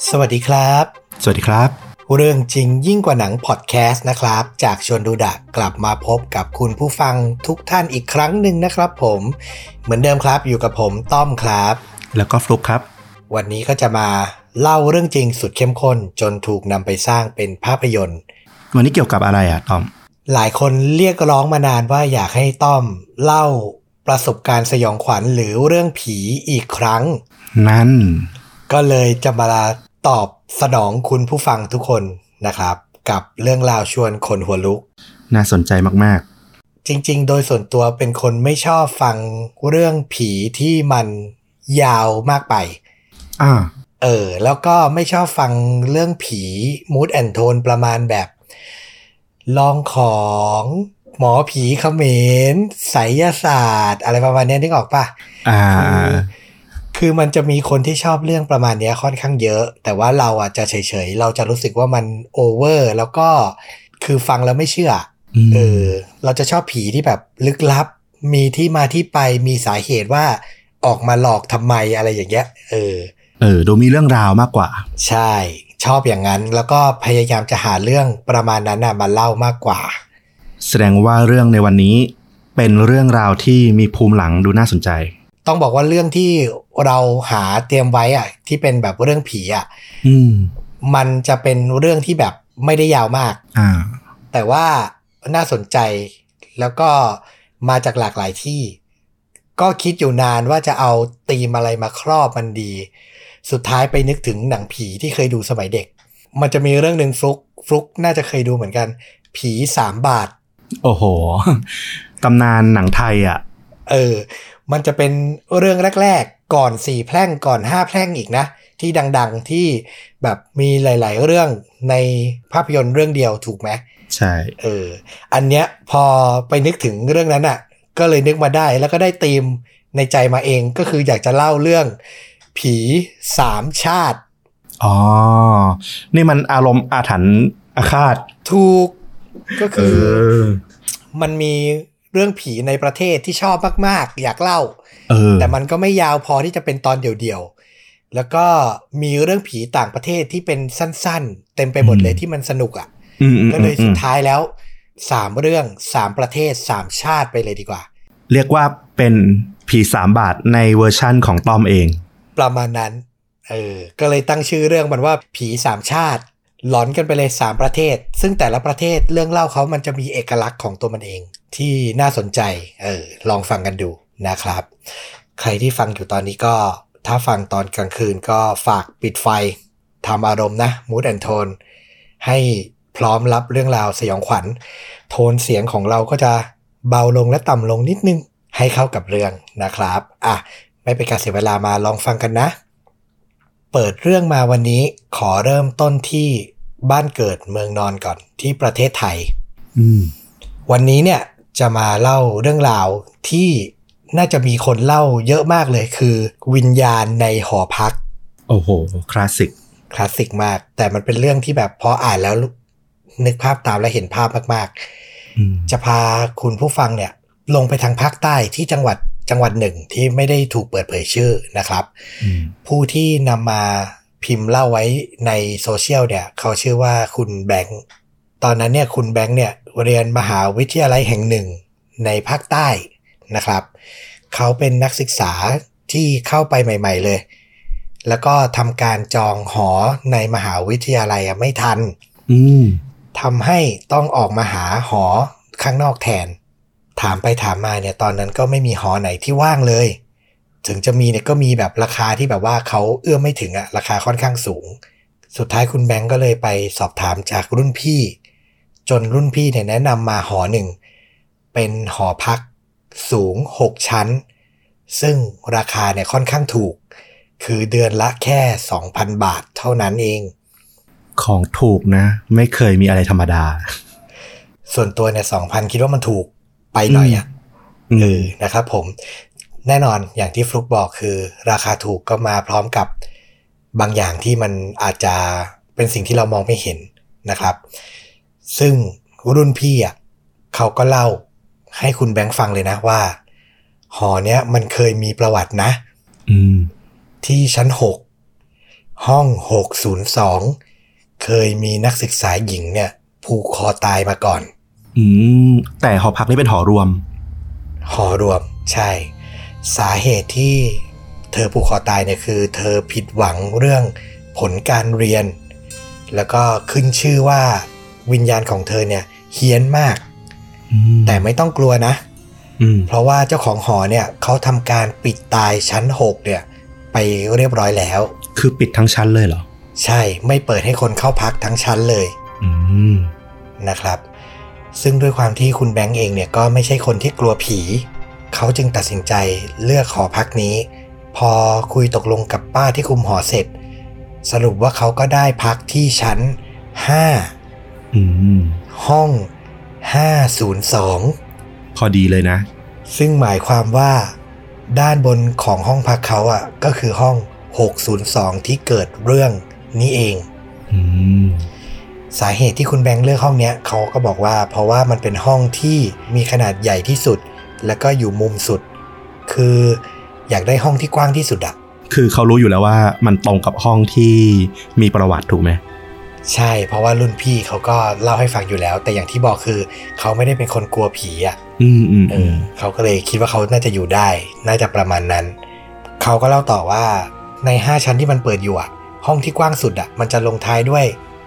สวัสดีครับสวัสดีครับเรื่องจริงยิ่งกว่าหนังพอดแคสต์นะครับจากชวนดูดะกลับมาพบกับคุณผู้ฟังทุกท่านอีกครั้งหนึ่งนะครับผมเหมือนเดิมครับอยู่กับผมต้อมครับแล้วก็ฟลุ๊กครับวันนี้ก็จะมาเล่าเรื่องจริงสุดเข้มข้นจนถูกนำไปสร้างเป็นภาพยนตร์วันนี้เกี่ยวกับอะไรอ่ะต้อมหลายคนเรียกร้องมานานว่าอยากให้ต้อมเล่าประสบการณ์สยองขวัญหรือเรื่องผีอีกครั้งนั่นก็เลยจะมาตอบสนองคุณผู้ฟังทุกคนนะครับกับเรื่องราวชวนขนหัวลุกน่าสนใจมากๆจริงๆโดยส่วนตัวเป็นคนไม่ชอบฟังเรื่องผีที่มันยาวมากไปแล้วก็ไม่ชอบฟังเรื่องผี mood and tone ประมาณแบบลองของหมอผีเขมรไสยศาสตร์อะไรประมาณนี้นึกออกป่ะคือมันจะมีคนที่ชอบเรื่องประมาณนี้ค่อนข้างเยอะแต่ว่าเราอ่ะจะเฉยๆเราจะรู้สึกว่ามันโอเวอร์แล้วก็คือฟังแล้วไม่เชื่อเราจะชอบผีที่แบบลึกลับมีที่มาที่ไปมีสาเหตุว่าออกมาหลอกทำไมอะไรอย่างเงี้ยดูมีเรื่องราวมากกว่าใช่ชอบอย่างนั้นแล้วก็พยายามจะหาเรื่องประมาณนั้นมาเล่ามากกว่าแสดงว่าเรื่องในวันนี้เป็นเรื่องราวที่มีภูมิหลังดูน่าสนใจต้องบอกว่าเรื่องที่เราหาเตรียมไว้อ่ะที่เป็นแบบเรื่องผีอ่ะมันจะเป็นเรื่องที่แบบไม่ได้ยาวมากแต่ว่าน่าสนใจแล้วก็มาจากหลากหลายที่ก็คิดอยู่นานว่าจะเอาธีมอะไรมาครอบมันดีสุดท้ายไปนึกถึงหนังผีที่เคยดูสมัยเด็กมันจะมีเรื่องนึงฟลุกน่าจะเคยดูเหมือนกันผี3 บาทโอ้โหตำนานหนังไทยอ่ะมันจะเป็นเรื่องแรกๆก่อน4 แพร่งก่อน5 แพร่งอีกนะที่ดังๆที่แบบมีหลายๆเรื่องในภาพยนตร์เรื่องเดียวถูกไหมใช่อันเนี้ยพอไปนึกถึงเรื่องนั้นอ่ะก็เลยนึกมาได้แล้วก็ได้ธีมในใจมาเองก็คืออยากจะเล่าเรื่องผี3 ชาตินี่มันอารมณ์อาถรรพ์อาฆาตถูกก็คือมันมีเรื่องผีในประเทศที่ชอบมากๆอยากเล่าแต่มันก็ไม่ยาวพอที่จะเป็นตอนเดี่ยวๆแล้วก็มีเรื่องผีต่างประเทศที่เป็นสั้นๆเต็มไปหมดเลยที่มันสนุกอ่ะก็เลยสุดท้ายแล้ว3 เรื่อง3 ประเทศ3 ชาติไปเลยดีกว่าเรียกว่าเป็นผี3 บาทในเวอร์ชั่นของต้อมเองประมาณนั้นก็เลยตั้งชื่อเรื่องมันว่าผี3 ชาติหลอนกันไปเลย3 ประเทศซึ่งแต่ละประเทศเรื่องเล่าเขามันจะมีเอกลักษณ์ของตัวมันเองที่น่าสนใจลองฟังกันดูนะครับใครที่ฟังอยู่ตอนนี้ก็ถ้าฟังตอนกลางคืนก็ฝากปิดไฟทำอารมณ์นะ mood and tone ให้พร้อมรับเรื่องราวสยองขวัญโทนเสียงของเราก็จะเบาลงและต่ำลงนิดนึงให้เข้ากับเรื่องนะครับไม่เป็นการเสียเวลามาลองฟังกันนะเปิดเรื่องมาวันนี้ขอเริ่มต้นที่บ้านเกิดเมืองนอนก่อนที่ประเทศไทยวันนี้เนี่ยจะมาเล่าเรื่องราวที่น่าจะมีคนเล่าเยอะมากเลยคือวิญญาณในหอพักโอ้โหคลาสสิกมากแต่มันเป็นเรื่องที่แบบพออ่านแล้วนึกภาพตามและเห็นภาพมากๆจะพาคุณผู้ฟังเนี่ยลงไปทางภาคใต้ที่จังหวัดหนึ่งที่ไม่ได้ถูกเปิดเผยชื่อนะครับผู้ที่นำมาพิมพ์เล่าไว้ในโซเชียลเนี่ยเขาชื่อว่าคุณแบงค์ตอนนั้นเนี่ยคุณแบงค์เนี่ยเรียนมหาวิทยาลัยแห่งหนึ่งในภาคใต้นะครับเขาเป็นนักศึกษาที่เข้าไปใหม่ๆเลยแล้วก็ทำการจองหอในมหาวิทยาลัยไม่ทันทำให้ต้องออกมาหาหอข้างนอกแทนถามไปถามมาเนี่ยตอนนั้นก็ไม่มีหอไหนที่ว่างเลยถึงจะมีเนี่ยก็มีแบบราคาที่แบบว่าเขาเอื้อมไม่ถึงราคาค่อนข้างสูงสุดท้ายคุณแบงก์ก็เลยไปสอบถามจากรุ่นพี่จนรุ่นพี่เนี่ยแนะนำมาหอหนึ่งเป็นหอพักสูง6 ชั้นซึ่งราคาเนี่ยค่อนข้างถูกคือเดือนละแค่ 2,000 บาทเท่านั้นเองของถูกนะไม่เคยมีอะไรธรรมดาส่วนตัวเนี่ย 2,000 คิดว่ามันถูกไปหน่อยนะครับผมแน่นอนอย่างที่ฟลุกบอกคือราคาถูกก็มาพร้อมกับบางอย่างที่มันอาจจะเป็นสิ่งที่เรามองไม่เห็นนะครับซึ่งรุ่นพี่เขาก็เล่าให้คุณแบงค์ฟังเลยนะว่าหอเนี้ยมันเคยมีประวัตินะที่ชั้น6 ห้อง602เคยมีนักศึกษาหญิงเนี่ยผูกคอตายมาก่อนแต่หอพักนี่เป็นหอรวมใช่สาเหตุที่เธอผูกคอตายเนี่ยคือเธอผิดหวังเรื่องผลการเรียนแล้วก็ขึ้นชื่อว่าวิญญาณของเธอเนี่ยเฮี้ยนมากแต่ไม่ต้องกลัวนะเพราะว่าเจ้าของหอเนี่ยเขาทำการปิดตายชั้น6เนี่ยไปเรียบร้อยแล้วคือปิดทั้งชั้นเลยเหรอใช่ไม่เปิดให้คนเข้าพักทั้งชั้นเลยนะครับซึ่งด้วยความที่คุณแบงค์เองเนี่ยก็ไม่ใช่คนที่กลัวผีเขาจึงตัดสินใจเลือกหอพักนี้พอคุยตกลงกับป้าที่คุมหอเสร็จสรุปว่าเขาก็ได้พักที่ชั้น5ห้อง502 พอดีเลยนะซึ่งหมายความว่าด้านบนของห้องพักเขาอ่ะก็คือห้อง602ที่เกิดเรื่องนี้เองสาเหตุที่คุณแบงค์เลือกห้องเนี้ยเขาก็บอกว่าเพราะว่ามันเป็นห้องที่มีขนาดใหญ่ที่สุดแล้วก็อยู่มุมสุดคืออยากได้ห้องที่กว้างที่สุดอ่ะคือเขารู้อยู่แล้วว่ามันตรงกับห้องที่มีประวัติถูกไหมใช่เพราะว่ารุ่นพี่เขาก็เล่าให้ฟังอยู่แล้วแต่อย่างที่บอกคือเขาไม่ได้เป็นคนกลัวผีอ่ะเขาก็เลยคิดว่าเขาน่าจะอยู่ได้น่าจะประมาณนั้นเขาก็เล่าต่อว่าใน5ชั้นที่มันเปิดอยู่อ่ะห้องที่กว้างสุดอ่ะมันจะลงท้ายด้วย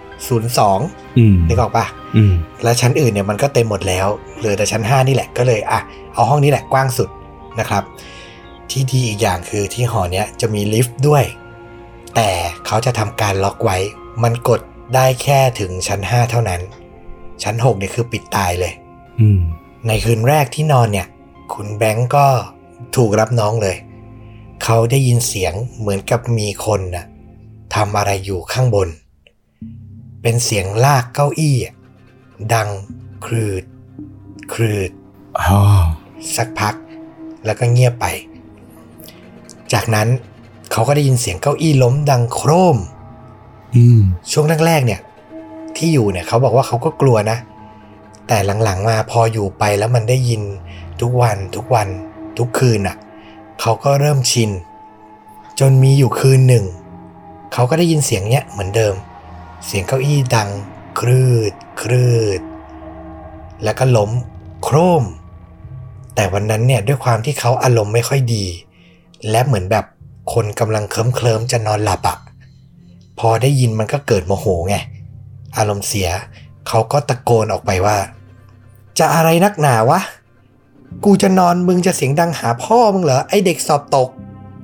02นึกออกปะและชั้นอื่นเนี่ยมันก็เต็มหมดแล้วเหลือแต่ชั้น5นี่แหละก็เลยเอาห้องนี้แหละกว้างสุดนะครับที่ดีอีกอย่างคือที่หอเนี้ยจะมีลิฟต์ด้วยแต่เขาจะทำการล็อกไว้มันกดได้แค่ถึงชั้น5เท่านั้นชั้น6เนี่ยคือปิดตายเลยในคืนแรกที่นอนเนี่ยคุณแบงก์ก็ถูกรับน้องเลยเขาได้ยินเสียงเหมือนกับมีคนน่ะทำอะไรอยู่ข้างบนเป็นเสียงลากเก้าอี้ดังครืดสักพักแล้วก็เงียบไปจากนั้นเขาก็ได้ยินเสียงเก้าอี้ล้มดังโครมช่วงแรกๆเนี่ยที่อยู่เนี่ยเขาบอกว่าเขาก็กลัวนะแต่หลังๆมาพออยู่ไปแล้วมันได้ยินทุกวันทุกคืนน่ะเขาก็เริ่มชินจนมีอยู่คืนหนึ่งเขาก็ได้ยินเสียงเนี้ยเหมือนเดิมเสียงเก้าอี้ดังครืดแล้วก็ล้มโครมแต่วันนั้นเนี่ยด้วยความที่เขาอารมณ์ไม่ค่อยดีและเหมือนแบบคนกำลังเคลิ้มจะนอนหลับอ่ะพอได้ยินมันก็เกิดโมโหไงอารมณ์เสียเขาก็ตะโกนออกไปว่าจะอะไรนักหนาวะกูจะนอนมึงจะเสียงดังหาพ่อมึงเหรอไอเด็กสอบตก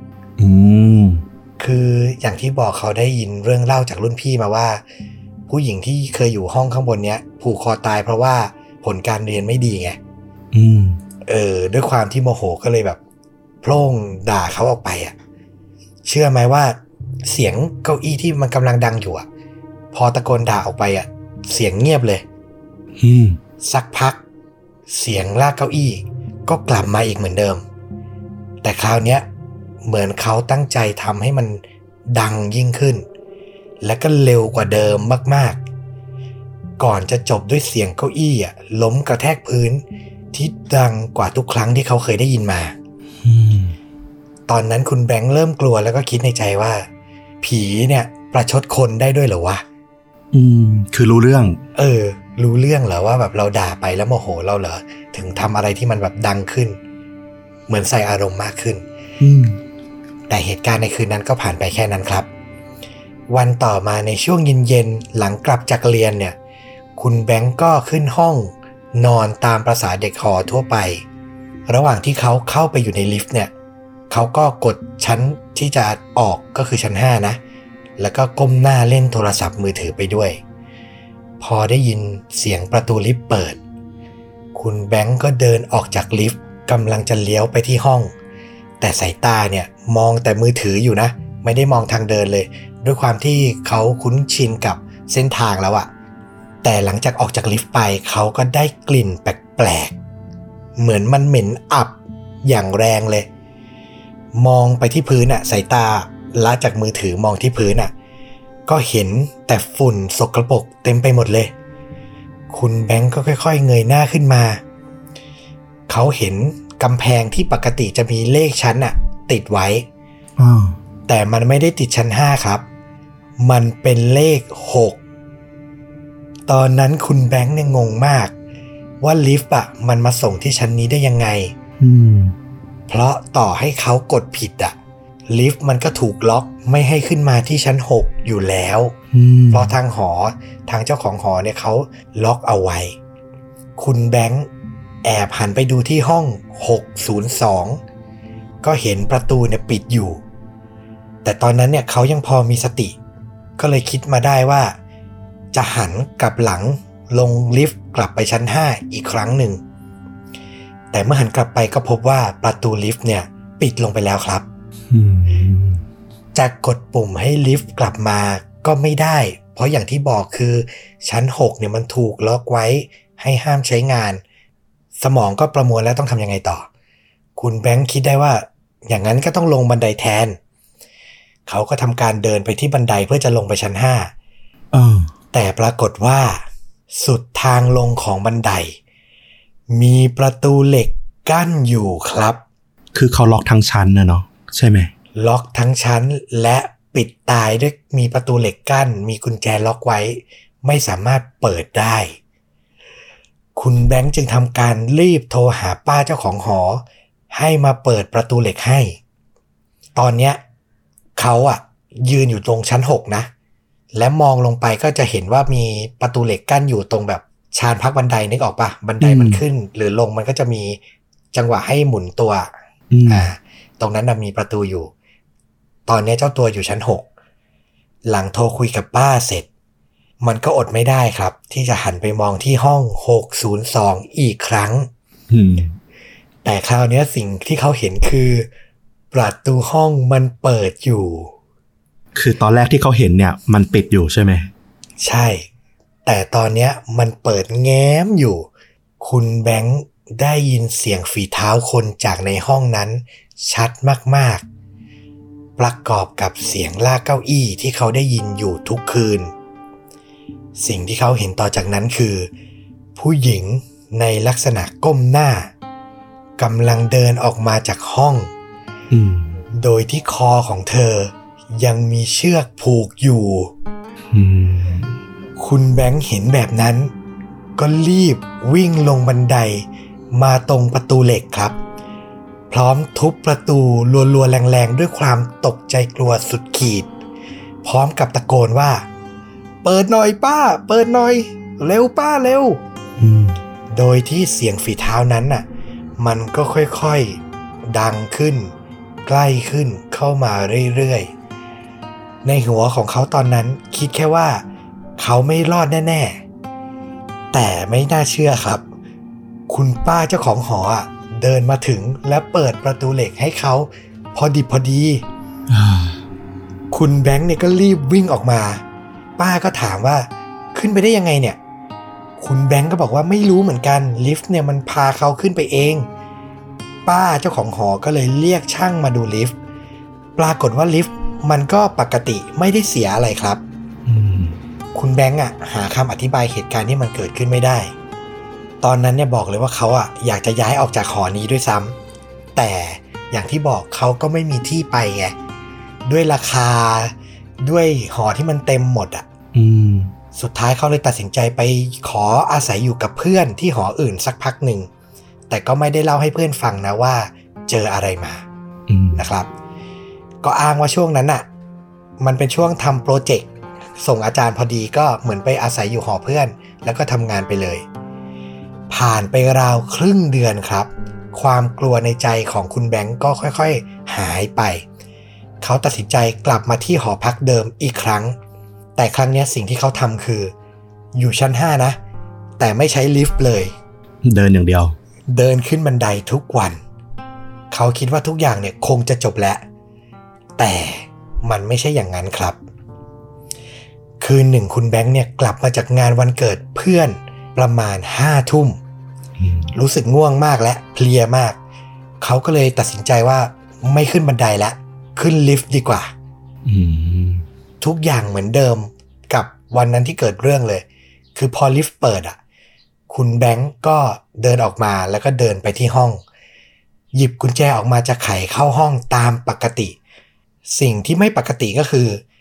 คืออย่างที่บอกเขาได้ยินเรื่องเล่าจากรุ่นพี่มาว่าผู้หญิงที่เคยอยู่ห้องข้างบนเนี้ยผูกคอตายเพราะว่าผลการเรียนไม่ดีไงด้วยความที่โมโหก็เลยแบบโพล่งด่าเขาออกไปอ่ะเชื่อไหมว่าเสียงเก้าอี้ที่มันกำลังดังอยู่อ่ะพอตะโกนด่าออกไปอ่ะเสียงเงียบเลยสักพักเสียงลากเก้าอี้ก็กลับมาอีกเหมือนเดิมแต่คราวเนี้ยเหมือนเขาตั้งใจทำให้มันดังยิ่งขึ้นและก็เร็วกว่าเดิมมากๆก่อนจะจบด้วยเสียงเก้าอี้อ่ะล้มกระแทกพื้นที่ดังกว่าทุกครั้งที่เขาเคยได้ยินมาตอนนั้นคุณแบงค์เริ่มกลัวแล้วก็คิดในใจว่าผีเนี่ยประชดคนได้ด้วยเหรอวะคือรู้เรื่องรู้เรื่องเหรอว่าแบบเราด่าไปแล้วโมโหเราเหรอถึงทำอะไรที่มันแบบดังขึ้นเหมือนใส่อารมณ์มากขึ้นแต่เหตุการณ์ในคืนนั้นก็ผ่านไปแค่นั้นครับวันต่อมาในช่วงเย็นๆหลังกลับจากเรียนเนี่ยคุณแบงค์ก็ขึ้นห้องนอนตามประสาเด็กหอทั่วไประหว่างที่เขาเข้าไปอยู่ในลิฟต์เนี่ยเขาก็กดชั้นที่จะออกก็คือชั้น5นะแล้วก็ก้มหน้าเล่นโทรศัพท์มือถือไปด้วยพอได้ยินเสียงประตูลิฟต์เปิดคุณแบงค์ก็เดินออกจากลิฟต์กำลังจะเลี้ยวไปที่ห้องแต่สายตาเนี่ยมองแต่มือถืออยู่นะไม่ได้มองทางเดินเลยด้วยความที่เขาคุ้นชินกับเส้นทางแล้วอะแต่หลังจากออกจากลิฟต์ไปเขาก็ได้กลิ่นแปลกๆเหมือนมันเหม็นอับอย่างแรงเลยมองไปที่พื้นอะสายตาละจากมือถือมองที่พื้นอะก็เห็นแต่ฝุ่นสกปรกเต็มไปหมดเลยคุณแบงค์ก็ค่อยๆเงยหน้าขึ้นมาเขาเห็นกำแพงที่ปกติจะมีเลขชั้นอะติดไว้แต่มันไม่ได้ติดชั้น5ครับมันเป็นเลข6ตอนนั้นคุณแบงค์เนี่ยงงมากว่าลิฟต์อะมันมาส่งที่ชั้นนี้ได้ยังไงเพราะต่อให้เขากดผิดอะลิฟต์มันก็ถูกล็อกไม่ให้ขึ้นมาที่ชั้น6อยู่แล้วเพราะทางเจ้าของหอเนี่ยเขาล็อกเอาไว้คุณแบงค์แอบหันไปดูที่ห้อง602ก็เห็นประตูเนี่ยปิดอยู่แต่ตอนนั้นเนี่ยเขายังพอมีสติก็เลยคิดมาได้ว่าจะหันกลับหลังลงลิฟต์กลับไปชั้น5อีกครั้งหนึ่งแต่เมื่อหันกลับไปก็พบว่าประตูลิฟต์เนี่ยปิดลงไปแล้วครับจะกดปุ่มให้ลิฟต์กลับมาก็ไม่ได้เพราะอย่างที่บอกคือชั้น6เนี่ยมันถูกล็อกไว้ให้ห้ามใช้งานสมองก็ประมวลแล้วต้องทำยังไงต่อคุณแบงค์คิดได้ว่าอย่างนั้นก็ต้องลงบันไดแทนเขาก็ทำการเดินไปที่บันไดเพื่อจะลงไปชั้น5แต่ปรากฏว่าสุดทางลงของบันไดมีประตูเหล็กกั้นอยู่ครับคือเขาล็อกทั้งชั้นนะเนาะใช่ไหมล็อกทั้งชั้นและปิดตายด้วยมีประตูเหล็กกั้นมีกุญแจล็อกไว้ไม่สามารถเปิดได้คุณแบงค์จึงทำการรีบโทรหาป้าเจ้าของหอให้มาเปิดประตูเหล็กให้ตอนเนี้ยเขายืนอยู่ตรงชั้น6นะและมองลงไปก็จะเห็นว่ามีประตูเหล็กกั้นอยู่ตรงแบบชานพักบันไดนึกออกปะบันไดมันขึ้นหรือลงมันก็จะมีจังหวะให้หมุนตัวตรงนั้นมีประตูอยู่ตอนนี้เจ้าตัวอยู่ชั้น6หลังโทรคุยกับป้าเสร็จมันก็อดไม่ได้ครับที่จะหันไปมองที่ห้อง602อีกครั้งแต่คราวนี้สิ่งที่เขาเห็นคือประตูห้องมันเปิดอยู่คือตอนแรกที่เขาเห็นเนี่ยมันปิดอยู่ใช่ไหมใช่แต่ตอนนี้มันเปิดแง้มอยู่คุณแบงค์ได้ยินเสียงฝีเท้าคนจากในห้องนั้นชัดมากๆประกอบกับเสียงลากเก้าอี้ที่เขาได้ยินอยู่ทุกคืนสิ่งที่เขาเห็นต่อจากนั้นคือผู้หญิงในลักษณะก้มหน้ากำลังเดินออกมาจากห้องโดยที่คอของเธอยังมีเชือกผูกอยู่คุณแบงค์เห็นแบบนั้นก็รีบวิ่งลงบันไดมาตรงประตูเหล็กครับพร้อมทุบประตูรัวๆแรงๆด้วยความตกใจกลัวสุดขีดพร้อมกับตะโกนว่าเปิดหน่อยป้าเปิดหน่อยเร็วป้าเร็วโดยที่เสียงฝีเท้านั้นมันก็ค่อยๆดังขึ้นใกล้ขึ้นเข้ามาเรื่อยๆในหัวของเขาตอนนั้นคิดแค่ว่าเขาไม่รอดแน่ๆแต่ไม่น่าเชื่อครับคุณป้าเจ้าของหอเดินมาถึงและเปิดประตูเหล็กให้เขาพอดิบพอดีคุณแบงค์เนี่ยก็รีบวิ่งออกมาป้าก็ถามว่าขึ้นไปได้ยังไงเนี่ยคุณแบงค์ก็บอกว่าไม่รู้เหมือนกันลิฟต์เนี่ยมันพาเขาขึ้นไปเองป้าเจ้าของหอก็เลยเรียกช่างมาดูลิฟต์ปรากฏว่าลิฟต์มันก็ปกติไม่ได้เสียอะไรครับคุณแบงค์หาคำอธิบายเหตุการณ์ที่มันเกิดขึ้นไม่ได้ตอนนั้นเนี่ยบอกเลยว่าเขาอยากจะย้ายออกจากหอนี้ด้วยซ้ำแต่อย่างที่บอกเขาก็ไม่มีที่ไปไงด้วยราคาด้วยหอที่มันเต็มหมดสุดท้ายเขาเลยตัดสินใจไปขออาศัยอยู่กับเพื่อนที่หออื่นสักพักหนึ่งแต่ก็ไม่ได้เล่าให้เพื่อนฟังนะว่าเจออะไรมานะครับก็อ้างว่าช่วงนั้นมันเป็นช่วงทำโปรเจกต์ส่งอาจารย์พอดีก็เหมือนไปอาศัยอยู่หอเพื่อนแล้วก็ทำงานไปเลยผ่านไปราวครึ่งเดือนครับความกลัวในใจของคุณแบงก์ก็ค่อยๆหายไปเขาตัดสินใจกลับมาที่หอพักเดิมอีกครั้งแต่ครั้งนี้สิ่งที่เขาทำคืออยู่ชั้น5นะแต่ไม่ใช้ลิฟต์เลยเดินอย่างเดียวเดินขึ้นบันไดทุกวันเขาคิดว่าทุกอย่างเนี่ยคงจะจบแล้วแต่มันไม่ใช่อย่างนั้นครับคืนหนึ่งคุณแบงค์เนี่ยกลับมาจากงานวันเกิดเพื่อนประมาณ5 ทุ่มรู้สึกง่วงมากและเพลียมากเขาก็เลยตัดสินใจว่าไม่ขึ้นบันไดแล้วขึ้นลิฟต์ดีกว่าทุกอย่างเหมือนเดิมกับวันนั้นที่เกิดเรื่องเลยคือพอลิฟต์เปิดคุณแบงค์ก็เดินออกมาแล้วก็เดินไปที่ห้องหยิบกุญแจออกมาจะไขเข้าห้องตามปกติสิ่งที่ไม่ปกติก็คือ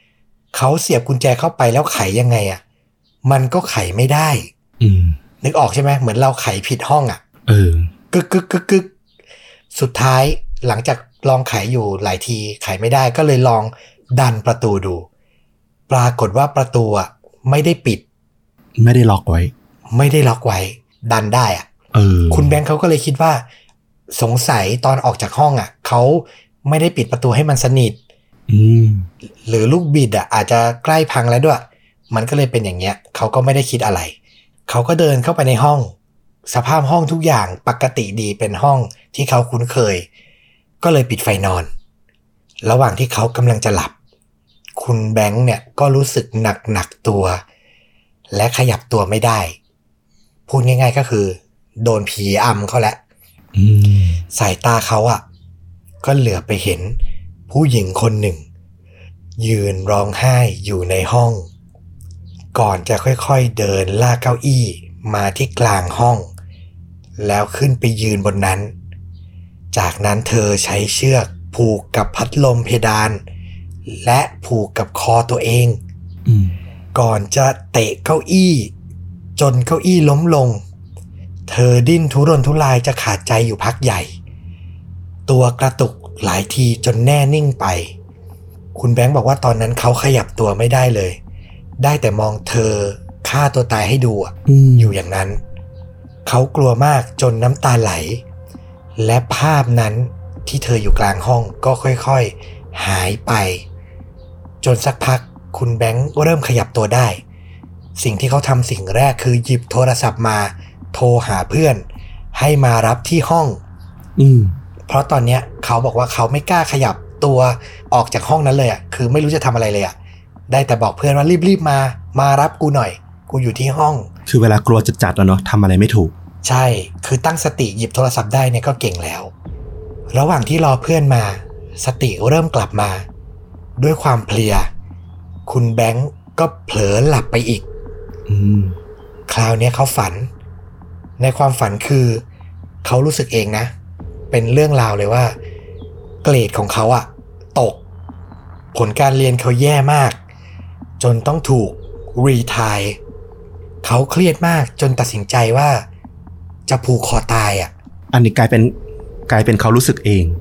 เขาเสียบกุญแจเข้าไปแล้วไขยังไงอ่ะมันก็ไขไม่ได้นึกออกใช่ไหมเหมือนเราไขผิดห้องอ่ะกึกกึกกึกกึกสุดท้ายหลังจากลองไขอยู่หลายทีไขไม่ได้ก็เลยลองดันประตูดูปรากฏว่าประตูอ่ะไม่ได้ปิดไม่ได้ล็อกไว้ดันได้อ่ะคุณแบงค์เขาก็เลยคิดว่าสงสัยตอนออกจากห้องอ่ะเขาไม่ได้ปิดประตูให้มันสนิทหรือลูกบิดอ่ะอาจจะใกล้พังแล้วด้วยมันก็เลยเป็นอย่างเงี้ยเขาก็ไม่ได้คิดอะไรเขาก็เดินเข้าไปในห้องสภาพห้องทุกอย่างปกติดีเป็นห้องที่เขาคุ้นเคยก็เลยปิดไฟนอนระหว่างที่เขากำลังจะหลับคุณแบงค์เนี่ยก็รู้สึกหนักตัวและขยับตัวไม่ได้พูดง่ายๆก็คือโดนผีอำเขาแล้วสายตาเขาอ่ะก็เหลือไปเห็นผู้หญิงคนหนึ่งยืนร้องไห้อยู่ในห้องก่อนจะค่อยๆเดินลากเก้าอี้มาที่กลางห้องแล้วขึ้นไปยืนบนนั้นจากนั้นเธอใช้เชือกผูกกับพัดลมเพดานและผูกกับคอตัวเองก่อนจะเตะเก้าอี้จนเก้าอี้ล้มลงเธอดิ้นทุรนทุรายจะขาดใจอยู่พักใหญ่ตัวกระตุกหลายทีจนแน่นิ่งไปคุณแบงค์บอกว่าตอนนั้นเขาขยับตัวไม่ได้เลยได้แต่มองเธอฆ่าตัวตายให้ดูอยู่อย่างนั้นเขากลัวมากจนน้ำตาไหลและภาพนั้นที่เธออยู่กลางห้องก็ค่อยๆหายไปจนสักพักคุณแบงค์เริ่มขยับตัวได้สิ่งที่เขาทำสิ่งแรกคือหยิบโทรศัพท์มาโทรหาเพื่อนให้มารับที่ห้องเพราะตอนเนี้ยเขาบอกว่าเขาไม่กล้าขยับตัวออกจากห้องนั้นเลยอ่ะคือไม่รู้จะทำอะไรเลยอ่ะได้แต่บอกเพื่อนว่ารีบมารับกูหน่อยกูอยู่ที่ห้องคือเวลากลัวจัดๆแล้วเนาะทำอะไรไม่ถูกใช่คือตั้งสติหยิบโทรศัพท์ได้เนี่ยก็เก่งแล้วระหว่างที่รอเพื่อนมาสติเริ่มกลับมาด้วยความเพลียคุณแบงค์ก็เผลอหลับไปอีกคราวนี้เขาฝันในความฝันคือเขารู้สึกเองนะเป็นเรื่องราวเลยว่าเกรดของเขาอะตกผลการเรียนเขาแย่มากจนต้องถูกรีไทร์เขาเครียดมากจนตัดสินใจว่าจะผูกคอตายอะอันนี้กลายเป็นเขารู้สึกเอง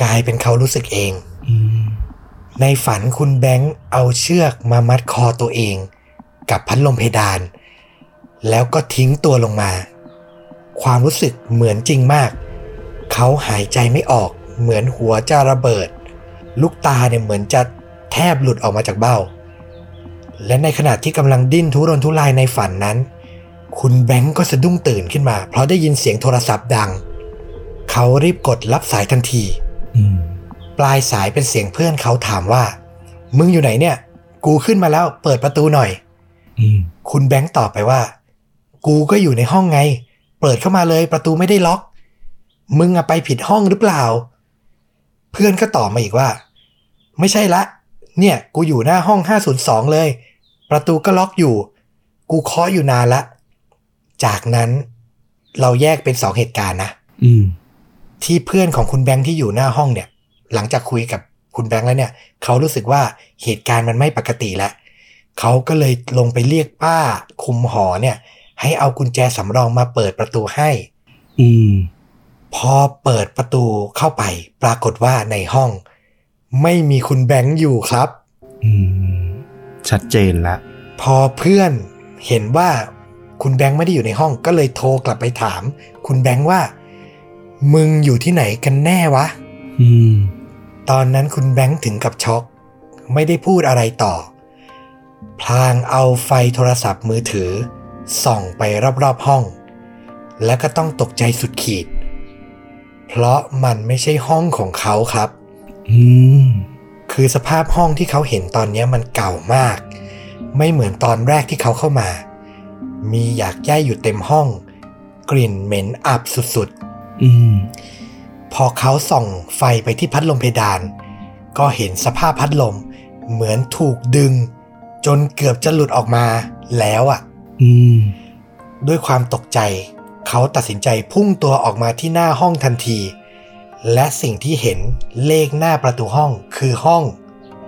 ในฝันคุณแบงค์เอาเชือกมามัดคอตัวเองกับพัดลมเพดานแล้วก็ทิ้งตัวลงมาความรู้สึกเหมือนจริงมากเขาหายใจไม่ออกเหมือนหัวจะระเบิดลูกตาเนี่ยเหมือนจะแทบหลุดออกมาจากเบ้าและในขณะที่กำลังดิ้นทุรนทุรายในฝันนั้นคุณแบงค์ก็สะดุ้งตื่นขึ้นมาเพราะได้ยินเสียงโทรศัพท์ดังเขารีบกดรับสายทันทีปลายสายเป็นเสียงเพื่อนเขาถามว่ามึงอยู่ไหนเนี่ยกูขึ้นมาแล้วเปิดประตูหน่อยคุณแบงค์ตอบไปว่ากูก็อยู่ในห้องไงเปิดเข้ามาเลยประตูไม่ได้ล็อกมึงไปผิดห้องหรือเปล่าเพื่อนก็ตอบมาอีกว่าไม่ใช่ละเนี่ยกูอยู่หน้าห้อง502เลยประตูก็ล็อกอยู่กูเคาะอยู่นานละจากนั้นเราแยกเป็น2เหตุการณ์นะที่เพื่อนของคุณแบงค์ที่อยู่หน้าห้องเนี่ยหลังจากคุยกับคุณแบงค์แล้วเนี่ยเขารู้สึกว่าเหตุการณ์มันไม่ปกติแล้วเขาก็เลยลงไปเรียกป้าคุมหอเนี่ยให้เอากุญแจสำรองมาเปิดประตูให้พอเปิดประตูเข้าไปปรากฏว่าในห้องไม่มีคุณแบงค์อยู่ครับชัดเจนละพอเพื่อนเห็นว่าคุณแบงค์ไม่ได้อยู่ในห้องก็เลยโทรกลับไปถามคุณแบงค์ว่ามึงอยู่ที่ไหนกันแน่วะตอนนั้นคุณแบงค์ถึงกับช็อกไม่ได้พูดอะไรต่อพลางเอาไฟโทรศัพท์มือถือส่องไปรอบๆห้องและก็ต้องตกใจสุดขีดเพราะมันไม่ใช่ห้องของเขาครับคือสภาพห้องที่เขาเห็นตอนนี้มันเก่ามากไม่เหมือนตอนแรกที่เขาเข้ามามีหยากไย่อยู่เต็มห้องกลิ่นเหม็นอับสุดๆพอเขาส่องไฟไปที่พัดลมเพดานก็เห็นสภาพพัดลมเหมือนถูกดึงจนเกือบจะหลุดออกมาแล้วด้วยความตกใจเขาตัดสินใจพุ่งตัวออกมาที่หน้าห้องทันทีและสิ่งที่เห็นเลขหน้าประตูห้องคือห้อง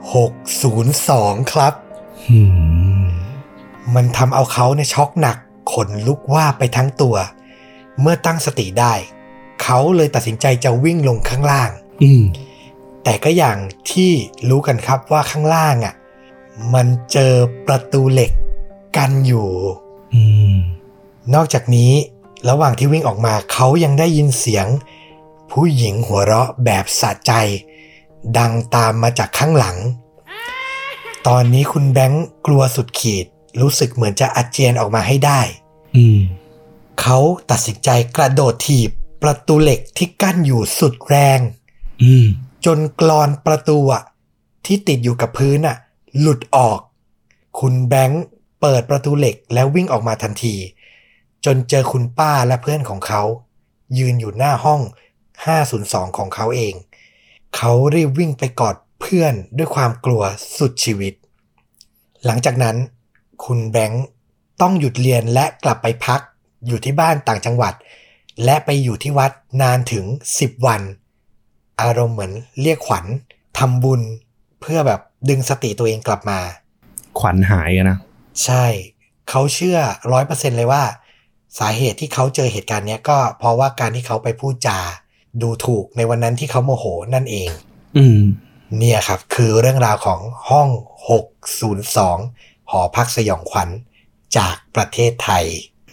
602ครับมันทำเอาเขาเนี่ยช็อกหนักขนลุกว่าไปทั้งตัวเมื่อตั้งสติได้เขาเลยตัดสินใจจะวิ่งลงข้างล่างแต่ก็อย่างที่รู้กันครับว่าข้างล่างอ่ะมันเจอประตูเหล็กกันอยู่นอกจากนี้ระหว่างที่วิ่งออกมาเขายังได้ยินเสียงผู้หญิงหัวเราะแบบสะใจดังตามมาจากข้างหลังตอนนี้คุณแบงค์กลัวสุดขีดรู้สึกเหมือนจะอาเจียนออกมาให้ได้เขาตัดสินใจกระโดดถีบประตูเหล็กที่กั้นอยู่สุดแรงจนกลอนประตูที่ติดอยู่กับพื้นหลุดออกคุณแบงค์เปิดประตูเหล็กแล้ววิ่งออกมาทันทีจนเจอคุณป้าและเพื่อนของเขายืนอยู่หน้าห้อง502ของเขาเองเขารีบวิ่งไปกอดเพื่อนด้วยความกลัวสุดชีวิตหลังจากนั้นคุณแบงค์ต้องหยุดเรียนและกลับไปพักอยู่ที่บ้านต่างจังหวัดและไปอยู่ที่วัดนานถึง10 วันอารมณ์เหมือนเรียกขวัญทำบุญเพื่อแบบดึงสติตัวเองกลับมาขวัญหายนะใช่เขาเชื่อ 100% เลยว่าสาเหตุที่เขาเจอเหตุการณ์นี้ก็เพราะว่าการที่เขาไปพูดจาดูถูกในวันนั้นที่เขาโมโหนั่นเองเนี่ยครับคือเรื่องราวของห้อง602หอพักสยองขวัญจากประเทศไทย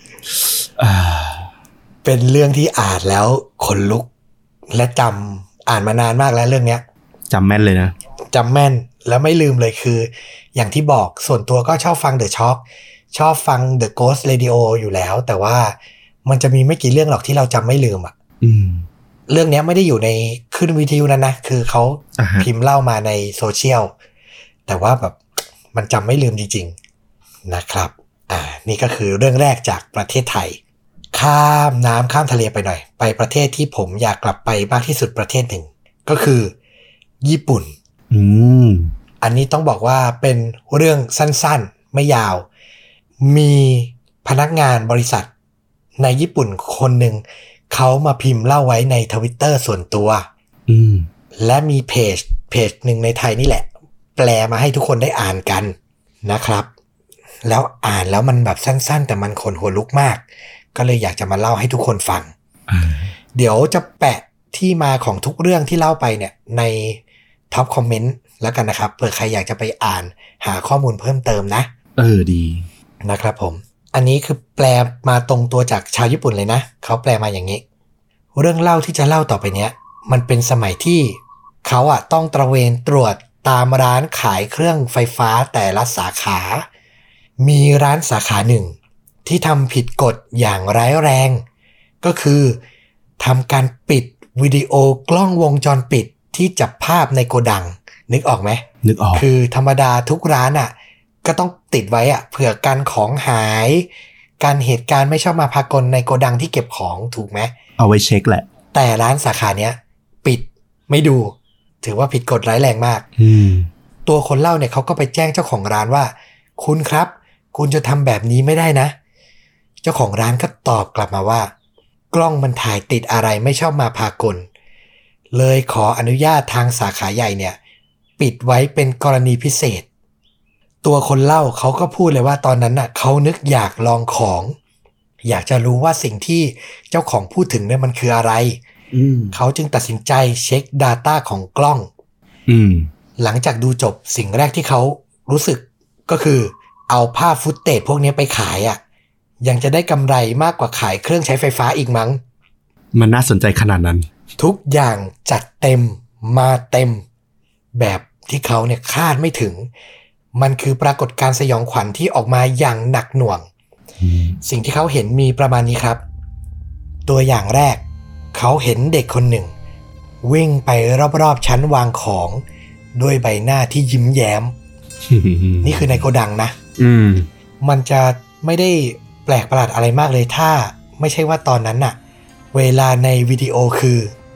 เป็นเรื่องที่อ่านแล้วขนลุกและจำอ่านมานานมากแล้วเรื่องนี้จำแม่นเลยนะจำแม่นแล้วไม่ลืมเลยคืออย่างที่บอกส่วนตัวก็ชอบฟัง The Shock ชอบฟัง The Ghost Radio อยู่แล้วแต่ว่ามันจะมีไม่กี่เรื่องหรอกที่เราจำไม่ลืมเรื่องนี้ไม่ได้อยู่ในขึ้นวิทยุนั้นนะคือเขาพิมพ์เล่ามาในโซเชียลแต่ว่าแบบมันจำไม่ลืมจริงๆนะครับนี่ก็คือเรื่องแรกจากประเทศไทยข้ามน้ำข้ามทะเลไปหน่อยไปประเทศที่ผมอยากกลับไปมากที่สุดประเทศหนึ่งก็คือญี่ปุ่นอันนี้ต้องบอกว่าเป็นเรื่องสั้นๆไม่ยาวมีพนักงานบริษัทในญี่ปุ่นคนหนึ่งเขามาพิมพ์เล่าไว้ใน Twitter ส่วนตัวและมีเพจหนึ่งในไทยนี่แหละแปลมาให้ทุกคนได้อ่านกันนะครับแล้วอ่านแล้วมันแบบสั้นๆแต่มันขนหัวลุกมากก็เลยอยากจะมาเล่าให้ทุกคนฟังเดี๋ยวจะแปะที่มาของทุกเรื่องที่เล่าไปเนี่ยในท็อปคอมเมนต์แล้วกันนะครับเผื่อใครอยากจะไปอ่านหาข้อมูลเพิ่มเติมนะดีนะครับผมอันนี้คือแปลมาตรงตัวจากชาวญี่ปุ่นเลยนะเขาแปลมาอย่างนี้เรื่องเล่าที่จะเล่าต่อไปเนี้ยมันเป็นสมัยที่เขาต้องตระเวนตรวจตามร้านขายเครื่องไฟฟ้าแต่ละสาขามีร้านสาขาหนึ่งที่ทำผิดกฎอย่างร้ายแรงก็คือทำการปิดวิดีโอกล้องวงจรปิดที่จับภาพในโกดังนึกออกไหมนึกออกคือธรรมดาทุกร้านก็ต้องติดไว้เผื่อกันของหายการเหตุการณ์ไม่ชอบมาพากลในโกดังที่เก็บของถูกไหมเอาไว้เช็คแหละแต่ร้านสาขาเนี้ยปิดไม่ดูถือว่าผิดกฎร้ายแรงมากตัวคนเล่าเนี่ยเขาก็ไปแจ้งเจ้าของร้านว่าคุณครับคุณจะทำแบบนี้ไม่ได้นะเจ้าของร้านก็ตอบกลับมาว่ากล้องมันถ่ายติดอะไรไม่ชอบมาพากลเลยขออนุญาตทางสาขาใหญ่เนี่ยปิดไว้เป็นกรณีพิเศษตัวคนเล่าเขาก็พูดเลยว่าตอนนั้นเขานึกอยากลองของอยากจะรู้ว่าสิ่งที่เจ้าของพูดถึงเนี่ยมันคืออะไรเขาจึงตัดสินใจเช็ค Data ของกล้องหลังจากดูจบสิ่งแรกที่เขารู้สึกก็คือเอาภาพฟุตเทจพวกนี้ไปขายยังจะได้กำไรมากกว่าขายเครื่องใช้ไฟฟ้าอีกมั้งมันน่าสนใจขนาดนั้นทุกอย่างจัดเต็มมาเต็มแบบที่เขาเนี่ยคาดไม่ถึงมันคือปรากฏการณ์สยองขวัญที่ออกมาอย่างหนักหน่วงสิ่งที่เขาเห็นมีประมาณนี้ครับตัวอย่างแรกเขาเห็นเด็กคนหนึ่งวิ่งไปรอบๆชั้นวางของด้วยใบหน้าที่ยิ้มแย้ม นี่คือในโกดังนะมันจะไม่ได้แปลกประหลาดอะไรมากเลยถ้าไม่ใช่ว่าตอนนั้นเวลาในวิดีโอคือ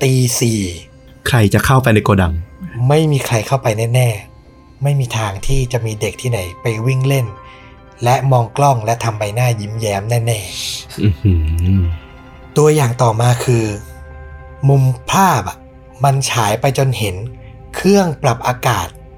4:00 ใครจะเข้าไปในโกดังไม่มีใครเข้าไปแน่ๆไม่มีทางที่จะมีเด็กที่ไหนไปวิ่งเล่นและมองกล้องและทำใบหน้ายิ้มแย้มแน่ๆตัวอย่างต่อมาคือมุมภาพมันฉายไปจนเห็นเครื่องปรับอากาศ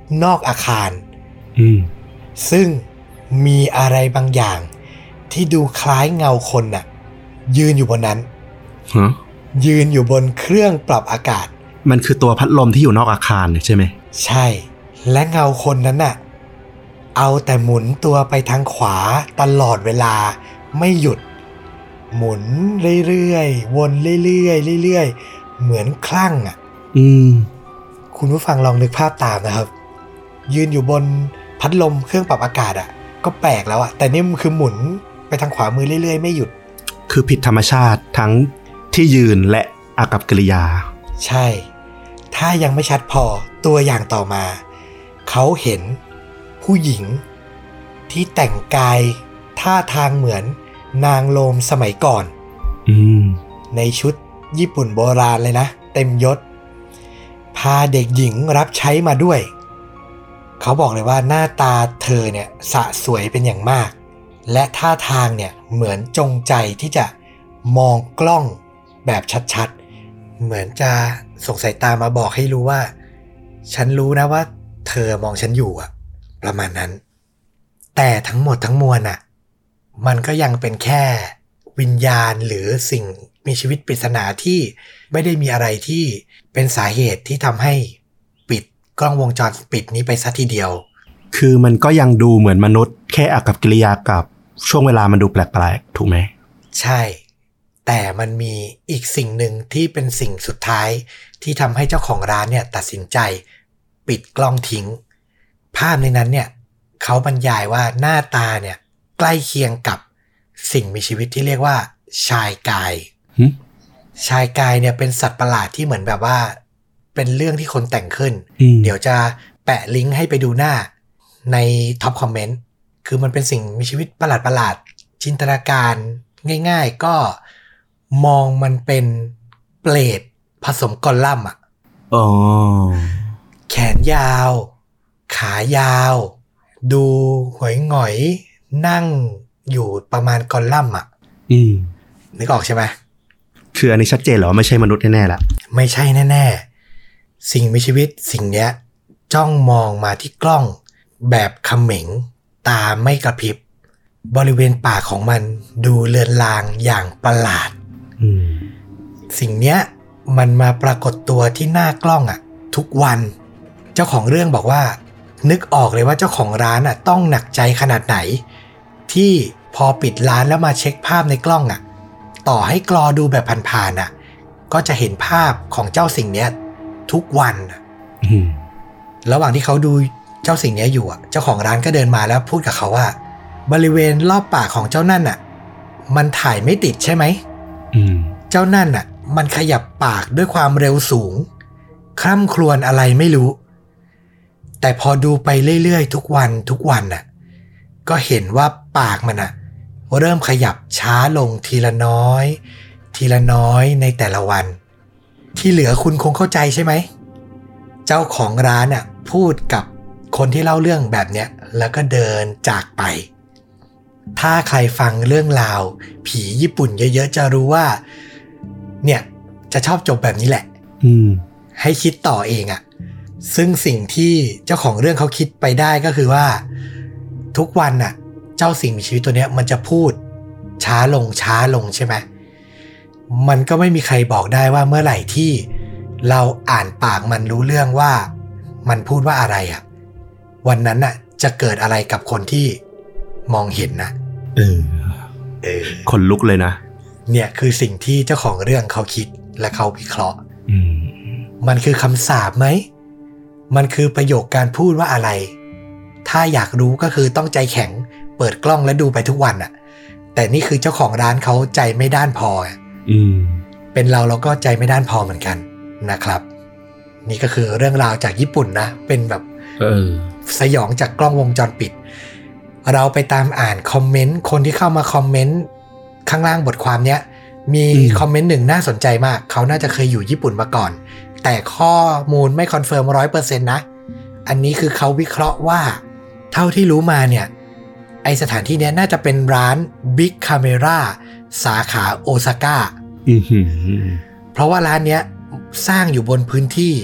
นอกอาคาร ซึ่งมีอะไรบางอย่างที่ดูคล้ายเงาคนน่ะยืนอยู่บนนั้นยืนอยู่บนเครื่องปรับอากาศมันคือตัวพัดลมที่อยู่นอกอาคารใช่ไหมใช่และเงาคนนั้นน่ะเอาแต่หมุนตัวไปทางขวาตลอดเวลาไม่หยุดหมุนเรื่อยๆวนเรื่อยๆเรื่อยๆเหมือนคลั่งอ่ะคุณผู้ฟังลองนึกภาพตามนะครับยืนอยู่บนพัดลมเครื่องปรับอากาศอ่ะก็แปลกแล้วอ่ะแต่นี่มันคือหมุนไปทางขวามือเรื่อยๆไม่หยุดคือผิดธรรมชาติทั้งที่ยืนและอากัปกิริยาใช่ถ้ายังไม่ชัดพอตัวอย่างต่อมาเขาเห็นผู้หญิงที่แต่งกายท่าทางเหมือนนางโลมสมัยก่อนในชุดญี่ปุ่นโบราณเลยนะเต็มยศพาเด็กหญิงรับใช้มาด้วยเขาบอกเลยว่าหน้าตาเธอเนี่ยสะสวยเป็นอย่างมากและท่าทางเนี่ยเหมือนจงใจที่จะมองกล้องแบบชัดๆเหมือนจะส่งสายตามาบอกให้รู้ว่าฉันรู้นะว่าเธอมองฉันอยู่อะประมาณนั้นแต่ทั้งหมดทั้งมวลอะมันก็ยังเป็นแค่วิญญาณหรือสิ่งมีชีวิตปริศนาที่ไม่ได้มีอะไรที่เป็นสาเหตุที่ทำให้ปิดกล้องวงจรปิดนี้ไปซะทีเดียวคือมันก็ยังดูเหมือนมนุษย์แค่อากัปกิริยากับช่วงเวลามันดูแปลกๆถูกไหมใช่แต่มันมีอีกสิ่งหนึ่งที่เป็นสิ่งสุดท้ายที่ทำให้เจ้าของร้านเนี่ยตัดสินใจปิดกล้องทิ้งภาพในนั้นเนี่ยเขาบรรยายว่าหน้าตาเนี่ยใกล้เคียงกับสิ่งมีชีวิตที่เรียกว่าชายกายชายกายเนี่ยเป็นสัตว์ประหลาดที่เหมือนแบบว่าเป็นเรื่องที่คนแต่งขึ้นเดี๋ยวจะแปะลิงก์ให้ไปดูหน้าในท็อปคอมเมนต์คือมันเป็นสิ่งมีชีวิตประหลาดจินตนาการง่ายๆก็มองมันเป็นเปรตผสมกอลลัมอ่ะแขนยาวขายาวดูหงอยหงอยนั่งอยู่ประมาณกอลลัมอ่ะนึกออกใช่ไหมคืออันนี้ชัดเจนเหรอว่าไม่ใช่มนุษย์แน่ๆละไม่ใช่แน่ๆสิ่งมีชีวิตสิ่งเนี้ยจ้องมองมาที่กล้องแบบเขม็งตาไม่กระพริบบริเวณปากของมันดูเลือนลางอย่างประหลาดสิ่งเนี้ยมันมาปรากฏตัวที่หน้ากล้องอ่ะทุกวันเจ้าของเรื่องบอกว่านึกออกเลยว่าเจ้าของร้านอ่ะต้องหนักใจขนาดไหนที่พอปิดร้านแล้วมาเช็คภาพในกล้องอ่ะต่อให้กรอดูแบบผ่านๆอ่ะก็จะเห็นภาพของเจ้าสิ่งเนี้ยทุกวันระหว่างที่เขาดูเจ้าสิ่งนี้อยู่อ่ะเจ้าของร้านก็เดินมาแล้วพูดกับเขาว่าบริเวณรอบปากของเจ้านั่นอ่ะมันถ่ายไม่ติดใช่ไหมเจ้านั่นอ่ะมันขยับปากด้วยความเร็วสูงคร่ำครวญอะไรไม่รู้แต่พอดูไปเรื่อยๆทุกวันน่ะก็เห็นว่าปากมันอ่ะเริ่มขยับช้าลงทีละน้อยในแต่ละวันที่เหลือคุณคงเข้าใจใช่ไหมเจ้าของร้านอ่ะพูดกับคนที่เล่าเรื่องแบบเนี้ยแล้วก็เดินจากไปถ้าใครฟังเรื่องราวผีญี่ปุ่นเยอะๆจะรู้ว่าเนี่ยจะชอบจบแบบนี้แหละให้คิดต่อเองอ่ะซึ่งสิ่งที่เจ้าของเรื่องเขาคิดไปได้ก็คือว่าทุกวันน่ะเจ้าสิ่งมีชีวิตตัวเนี้ยมันจะพูดช้าลงใช่ไหมมันก็ไม่มีใครบอกได้ว่าเมื่อไหร่ที่เราอ่านปากมันรู้เรื่องว่ามันพูดว่าอะไรอ่ะวันนั้นน่ะจะเกิดอะไรกับคนที่มองเห็นนะคนลุกเลยนะเนี่ยคือสิ่งที่เจ้าของเรื่องเขาคิดและเขาวิเคราะห์มันคือคำสาปไหมมันคือประโยคการพูดว่าอะไรถ้าอยากรู้ก็คือต้องใจแข็งเปิดกล้องและดูไปทุกวันอ่ะแต่นี่คือเจ้าของร้านเขาใจไม่ด้านพอเป็นเราก็ใจไม่ด้านพอเหมือนกันนะครับนี่ก็คือเรื่องราวจากญี่ปุ่นนะเป็นแบบสยองจากกล้องวงจรปิดเราไปตามอ่านคอมเมนต์คนที่เข้ามาคอมเมนต์ข้างล่างบทความเนี้ยมีคอมเมนต์หนึ่งน่าสนใจมากเขาน่าจะเคยอยู่ญี่ปุ่นมาก่อนแต่ข้อมูลไม่คอนเฟิร์ม 100% นะอันนี้คือเขาวิเคราะห์ว่าเท่าที่รู้มาเนี่ยไอสถานที่เนี้ยน่าจะเป็นร้าน Big Camera สาขาโอซาก้าเพราะว่าร้านเนี้ยสร้างอยู่บนพื้นที่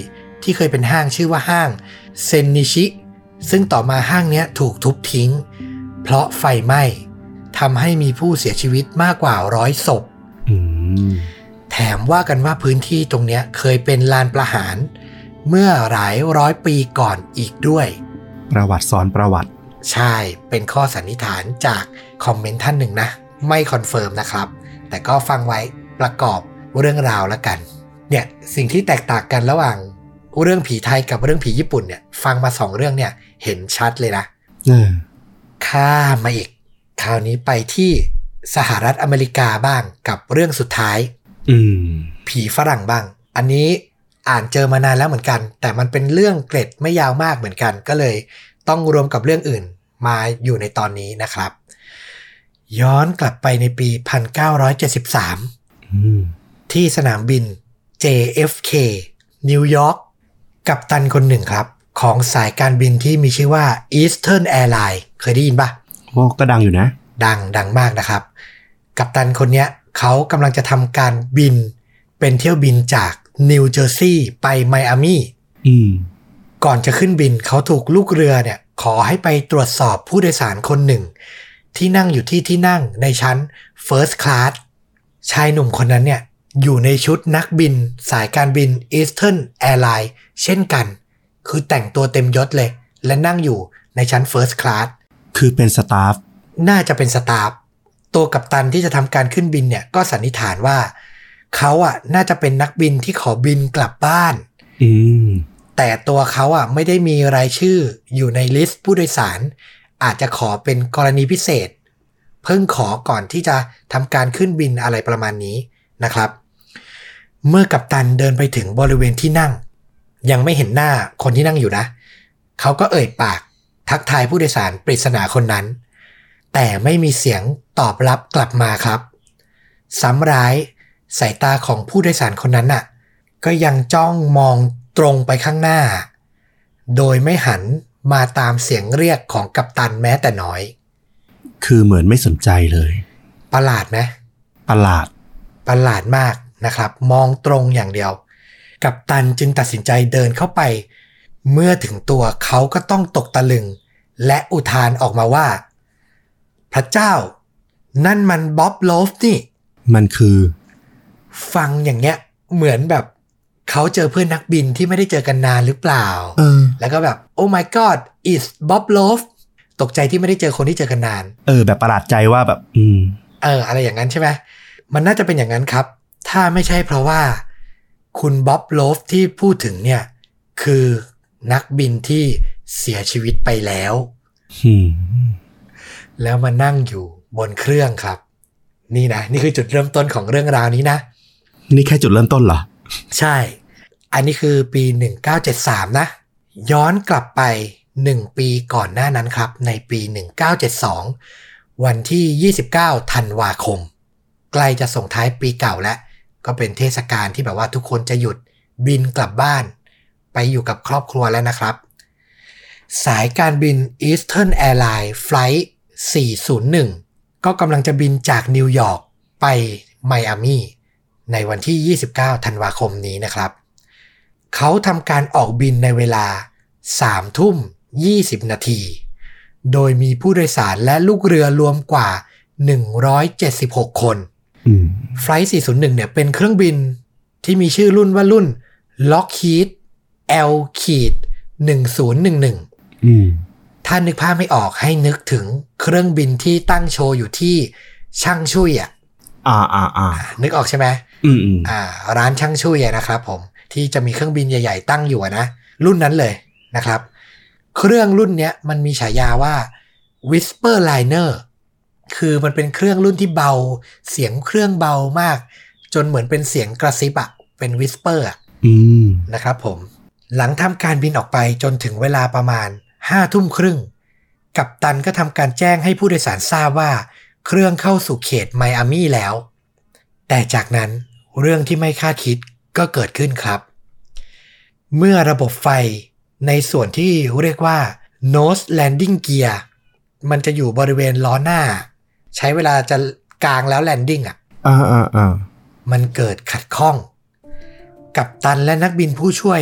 ที่เคยเป็นห้างชื่อว่าห้างเซนนิชิซึ่งต่อมาห้างเนี้ยถูกทุบทิ้งเพราะไฟไหม้ทำให้มีผู้เสียชีวิตมากกว่า100 ศพแถมว่ากันว่าพื้นที่ตรงเนี้ยเคยเป็นลานประหารเมื่อหลายร้อยปีก่อนอีกด้วยประวัติซ้อนประวัติใช่เป็นข้อสันนิษฐานจากคอมเมนต์ท่านหนึ่งนะไม่คอนเฟิร์มนะครับแต่ก็ฟังไว้ประกอบเรื่องราวแล้วกันเนี่ยสิ่งที่แตกต่างกันระหว่างเรื่องผีไทยกับเรื่องผีญี่ปุ่นเนี่ยฟังมา2 เรื่องเนี่ยเห็นชัดเลยนะข้ามมาอีกคราวนี้ไปที่สหรัฐอเมริกาบ้างกับเรื่องสุดท้ายผีฝรั่งบ้างอันนี้อ่านเจอมานานแล้วเหมือนกันแต่มันเป็นเรื่องเกร็ดไม่ยาวมากเหมือนกันก็เลยต้องรวมกับเรื่องอื่นมาอยู่ในตอนนี้นะครับย้อนกลับไปในปี 1973 ที่สนามบิน JFK นิวยอร์กกัปตันคนหนึ่งครับของสายการบินที่มีชื่อว่า Eastern Airlines เคยได้ยินป่ะโอ้ก็ดังอยู่นะดังมากนะครับกัปตันคนเนี้ยเขากำลังจะทำการบินเป็นเที่ยวบินจากนิวเจอร์ซีย์ไปไมอามี่ก่อนจะขึ้นบินเขาถูกลูกเรือเนี่ยขอให้ไปตรวจสอบผู้โดยสารคนหนึ่งที่นั่งอยู่ที่นั่งในชั้น First Class ชายหนุ่มคนนั้นเนี่ยอยู่ในชุดนักบินสายการบิน Eastern Airlines เช่นกันคือแต่งตัวเต็มยศเลยและนั่งอยู่ในชั้น First Class คือเป็นสตาฟน่าจะเป็นสตาฟตัวกัปตันที่จะทำการขึ้นบินเนี่ยก็สันนิษฐานว่าเขาน่าจะเป็นนักบินที่ขอบินกลับบ้านแต่ตัวเขาไม่ได้มีรายชื่ออยู่ในลิสต์ผู้โดยสารอาจจะขอเป็นกรณีพิเศษเพิ่งขอก่อนที่จะทำการขึ้นบินอะไรประมาณนี้นะครับเมื่อกัปตันเดินไปถึงบริเวณที่นั่งยังไม่เห็นหน้าคนที่นั่งอยู่นะเขาก็เอ่ยปากทักทายผู้โดยสารปริศนาคนนั้นแต่ไม่มีเสียงตอบรับกลับมาครับซ้ำร้ายสายตาของผู้โดยสารคนนั้นก็ยังจ้องมองตรงไปข้างหน้าโดยไม่หันมาตามเสียงเรียกของกัปตันแม้แต่น้อยคือเหมือนไม่สนใจเลยประหลาดไหมประหลาดมากนะครับมองตรงอย่างเดียวกัปตันจึงตัดสินใจเดินเข้าไปเมื่อถึงตัวเขาก็ต้องตกตะลึงและอุทานออกมาว่าพระเจ้านั่นมันบ๊อบโลฟนี่มันคือฟังอย่างเงี้ยเหมือนแบบเขาเจอเพื่อนนักบินที่ไม่ได้เจอกันนานหรือเปล่าแล้วก็แบบโอ้ my god is Bob Loaf ตกใจที่ไม่ได้เจอคนที่เจอกันนานแบบประหลาดใจว่าแบบอะไรอย่างนั้นใช่ไหมมันน่าจะเป็นอย่างนั้นครับถ้าไม่ใช่เพราะว่าคุณบ๊อบโลฟที่พูดถึงเนี่ยคือนักบินที่เสียชีวิตไปแล้วแล้วมานั่งอยู่บนเครื่องครับนี่คือจุดเริ่มต้นของเรื่องราวนี้นะนี่แค่จุดเริ่มต้นเหรอใช่อันนี้คือปี1973นะย้อนกลับไป1 ปีก่อนหน้านั้นครับในปี1972วันที่29 ธันวาคมใกล้จะส่งท้ายปีเก่าแล้วก็เป็นเทศกาลที่แบบว่าทุกคนจะหยุดบินกลับบ้านไปอยู่กับครอบครัวแล้วนะครับสายการบิน Eastern Airlines Flight 401ก็กำลังจะบินจากนิวยอร์กไปไมอามี่ในวันที่29 ธันวาคมนี้นะครับเขาทำการออกบินในเวลา 3:20 นาทีโดยมีผู้โดยสารและลูกเรือรวมกว่า176 คนไฟล์401เนี่ยเป็นเครื่องบินที่มีชื่อรุ่นว่ารุ่น Lockheed L-1011ถ้านึกภาพไม่ออกให้นึกถึงเครื่องบินที่ตั้งโชว์อยู่ที่ช่างชุยนึกออกใช่ไหมร้านช่างชุยนะครับผมที่จะมีเครื่องบินใหญ่ๆตั้งอยู่นะรุ่นนั้นเลยนะครับเครื่องรุ่นเนี้ยมันมีฉายาว่า Whisper Liner คือมันเป็นเครื่องรุ่นที่เบาเสียงเครื่องเบามากจนเหมือนเป็นเสียงกระซิบเป็น Whisper นะครับผมหลังทำการบินออกไปจนถึงเวลาประมาณ 5:30 กัปตันก็ทำการแจ้งให้ผู้โดยสารทราบว่าเครื่องเข้าสู่เขตไมอามี่แล้วแต่จากนั้นเรื่องที่ไม่คาดคิดก็เกิดขึ้นครับเมื่อระบบไฟในส่วนที่เรียกว่า nose landing gear มันจะอยู่บริเวณล้อหน้าใช้เวลาจะกางแล้ว landing มันเกิดขัดข้องกัปตันและนักบินผู้ช่วยเนี่ย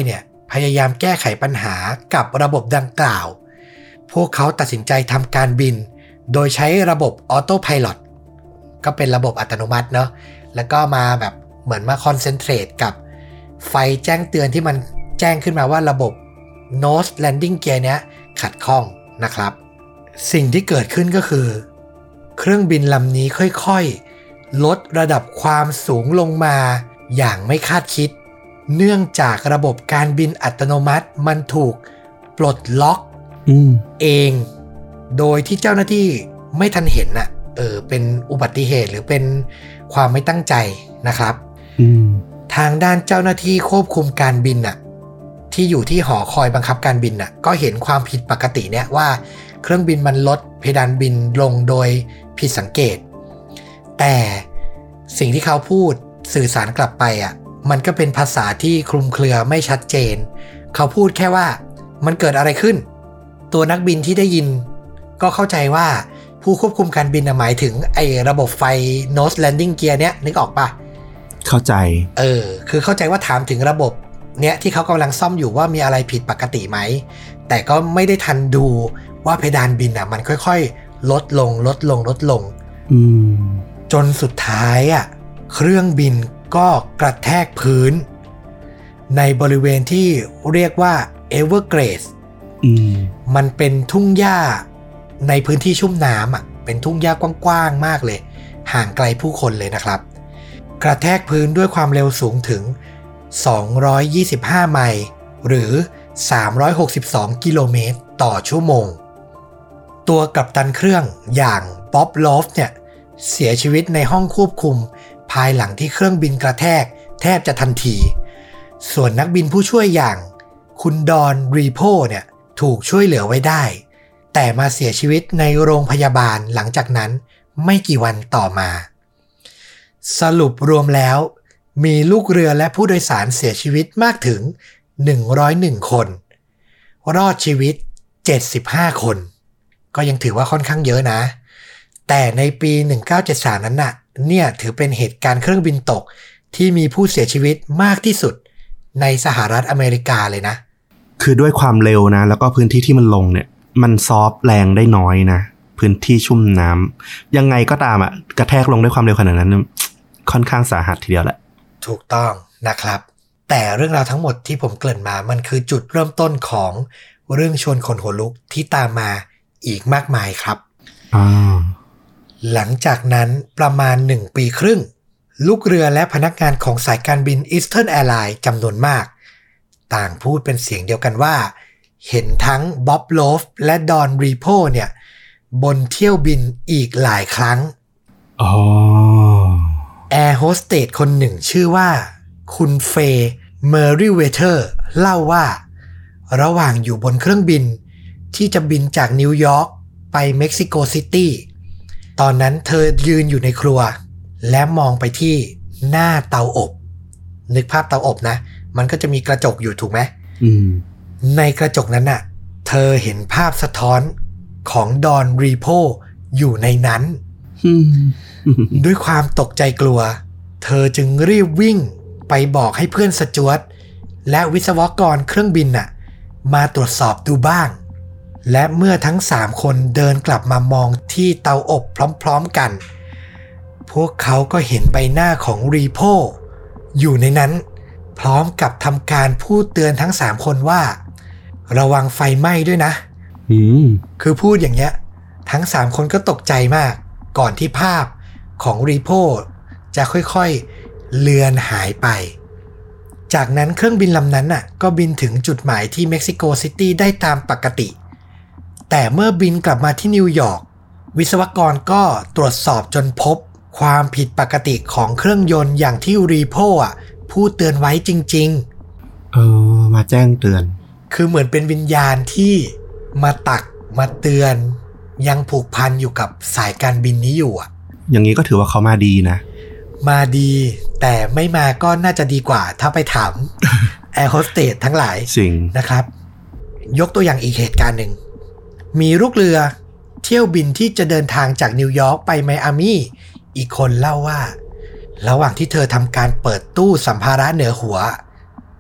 พยายามแก้ไขปัญหากับระบบดังกล่าวพวกเขาตัดสินใจทำการบินโดยใช้ระบบออโต้ไพลอตก็เป็นระบบอัตโนมัติเนาะแล้วก็มาแบบเหมือนมาคอนเซนเทรตกับไฟแจ้งเตือนที่มันแจ้งขึ้นมาว่าระบบ Nose Landing Gear เนี้ยขัดข้องนะครับสิ่งที่เกิดขึ้นก็คือเครื่องบินลำนี้ค่อยๆลดระดับความสูงลงมาอย่างไม่คาดคิดเนื่องจากระบบการบินอัตโนมัติมันถูกปลดล็อกเองโดยที่เจ้าหน้าที่ไม่ทันเห็นน่ะเป็นอุบัติเหตุหรือเป็นความไม่ตั้งใจนะครับทางด้านเจ้าหน้าที่ควบคุมการบินน่ะที่อยู่ที่หอคอยบังคับการบินน่ะก็เห็นความผิดปกติเนี่ยว่าเครื่องบินมันลดเพดานบินลงโดยผิดสังเกตแต่สิ่งที่เขาพูดสื่อสารกลับไปอ่ะมันก็เป็นภาษาที่คลุมเครือไม่ชัดเจนเขาพูดแค่ว่ามันเกิดอะไรขึ้นตัวนักบินที่ได้ยินก็เข้าใจว่าผู้ควบคุมการบินหมายถึงไอ้ระบบไฟ Nose Landing Gear เนี้ยนึกออกปะเข้าใจคือเข้าใจว่าถามถึงระบบเนี้ยที่เขากำลังซ่อมอยู่ว่ามีอะไรผิดปกติไหมแต่ก็ไม่ได้ทันดูว่าเพดานบินอ่ะมันค่อยๆลดลงจนสุดท้ายอ่ะเครื่องบินก็กระแทกพื้นในบริเวณที่เรียกว่า Everglades มันเป็นทุ่งหญ้าในพื้นที่ชุ่มน้ำอ่ะเป็นทุ่งหญ้ากว้างๆมากเลยห่างไกลผู้คนเลยนะครับกระแทกพื้นด้วยความเร็วสูงถึง225ไมล์หรือ362กิโลเมตรต่อชั่วโมงตัวกัปตันเครื่องอย่างบ๊อบลอฟเนี่ยเสียชีวิตในห้องควบคุมภายหลังที่เครื่องบินกระแทกแทบจะทันทีส่วนนักบินผู้ช่วยอย่างคุณดอนรีโพเนี่ยถูกช่วยเหลือไว้ได้แต่มาเสียชีวิตในโรงพยาบาลหลังจากนั้นไม่กี่วันต่อมาสรุปรวมแล้วมีลูกเรือและผู้โดยสารเสียชีวิตมากถึง101คนรอดชีวิต75คนก็ยังถือว่าค่อนข้างเยอะนะแต่ในปี1973นั้นน่ะเนี่ยถือเป็นเหตุการณ์เครื่องบินตกที่มีผู้เสียชีวิตมากที่สุดในสหรัฐอเมริกาเลยนะคือด้วยความเร็วนะแล้วก็พื้นที่ที่มันลงเนี่ยมันซอฟแรงได้น้อยนะพื้นที่ชุ่มน้ำยังไงก็ตามอ่ะกระแทกลงด้วยความเร็วขนาดนั้นค่อนข้างสาหัสทีเดียวแหละถูกต้องนะครับแต่เรื่องราวทั้งหมดที่ผมเกริ่นมามันคือจุดเริ่มต้นของเรื่องชวนขนหัวลุกที่ตามมาอีกมากมายครับหลังจากนั้นประมาณ1ปีครึ่งลูกเรือและพนักงานของสายการบิน Eastern Airlines จำนวนมากต่างพูดเป็นเสียงเดียวกันว่าเห็นทั้งบ๊อบลอฟและดอนรีโพเนี่ยบนเที่ยวบินอีกหลายครั้งแอร์โฮสเตสคนหนึ่งชื่อว่าคุณเฟย์เมอริเวเทอร์เล่าว่าระหว่างอยู่บนเครื่องบินที่จะบินจากนิวยอร์กไปเม็กซิโกซิตี้ตอนนั้นเธอยืนอยู่ในครัวและมองไปที่หน้าเตาอบนึกภาพเตาอบนะมันก็จะมีกระจกอยู่ถูกไหมในกระจกนั้นน่ะเธอเห็นภาพสะท้อนของดอนรีโพอยู่ในนั้นด้วยความตกใจกลัวเธอจึงรีบวิ่งไปบอกให้เพื่อนสจ๊วตและวิศวกรเครื่องบินน่ะมาตรวจสอบดูบ้างและเมื่อทั้ง3คนเดินกลับมามองที่เตาอบพร้อมๆกันพวกเขาก็เห็นใบหน้าของรีโพอยู่ในนั้นพร้อมกับทำการพูดเตือนทั้ง3คนว่าระวังไฟไหม้ด้วยนะคือพูดอย่างเงี้ยทั้ง3คนก็ตกใจมากก่อนที่ภาพของรีโพจะค่อยๆเลือนหายไปจากนั้นเครื่องบินลำนั้นน่ะก็บินถึงจุดหมายที่เม็กซิโกซิตี้ได้ตามปกติแต่เมื่อบินกลับมาที่นิวยอร์กวิศวกรก็ตรวจสอบจนพบความผิดปกติของเครื่องยนต์อย่างที่รีโพพูดเตือนไว้จริงๆมาแจ้งเตือนคือเหมือนเป็นวิญญาณที่มาตักมาเตือนยังผูกพันอยู่กับสายการบินนี้อยู่อย่างนี้ก็ถือว่าเขามาดีนะมาดีแต่ไม่มาก็น่าจะดีกว่าถ้าไปถาม แอร์โฮสเตสทั้งหลายนะครับยกตัวอย่างอีกเหตุการณ์หนึ่งมีลูกเรือเที่ยวบินที่จะเดินทางจากนิวยอร์กไปไมอามี่อีกคนเล่าว่าระหว่างที่เธอทำการเปิดตู้สัมภาระเหนือหัว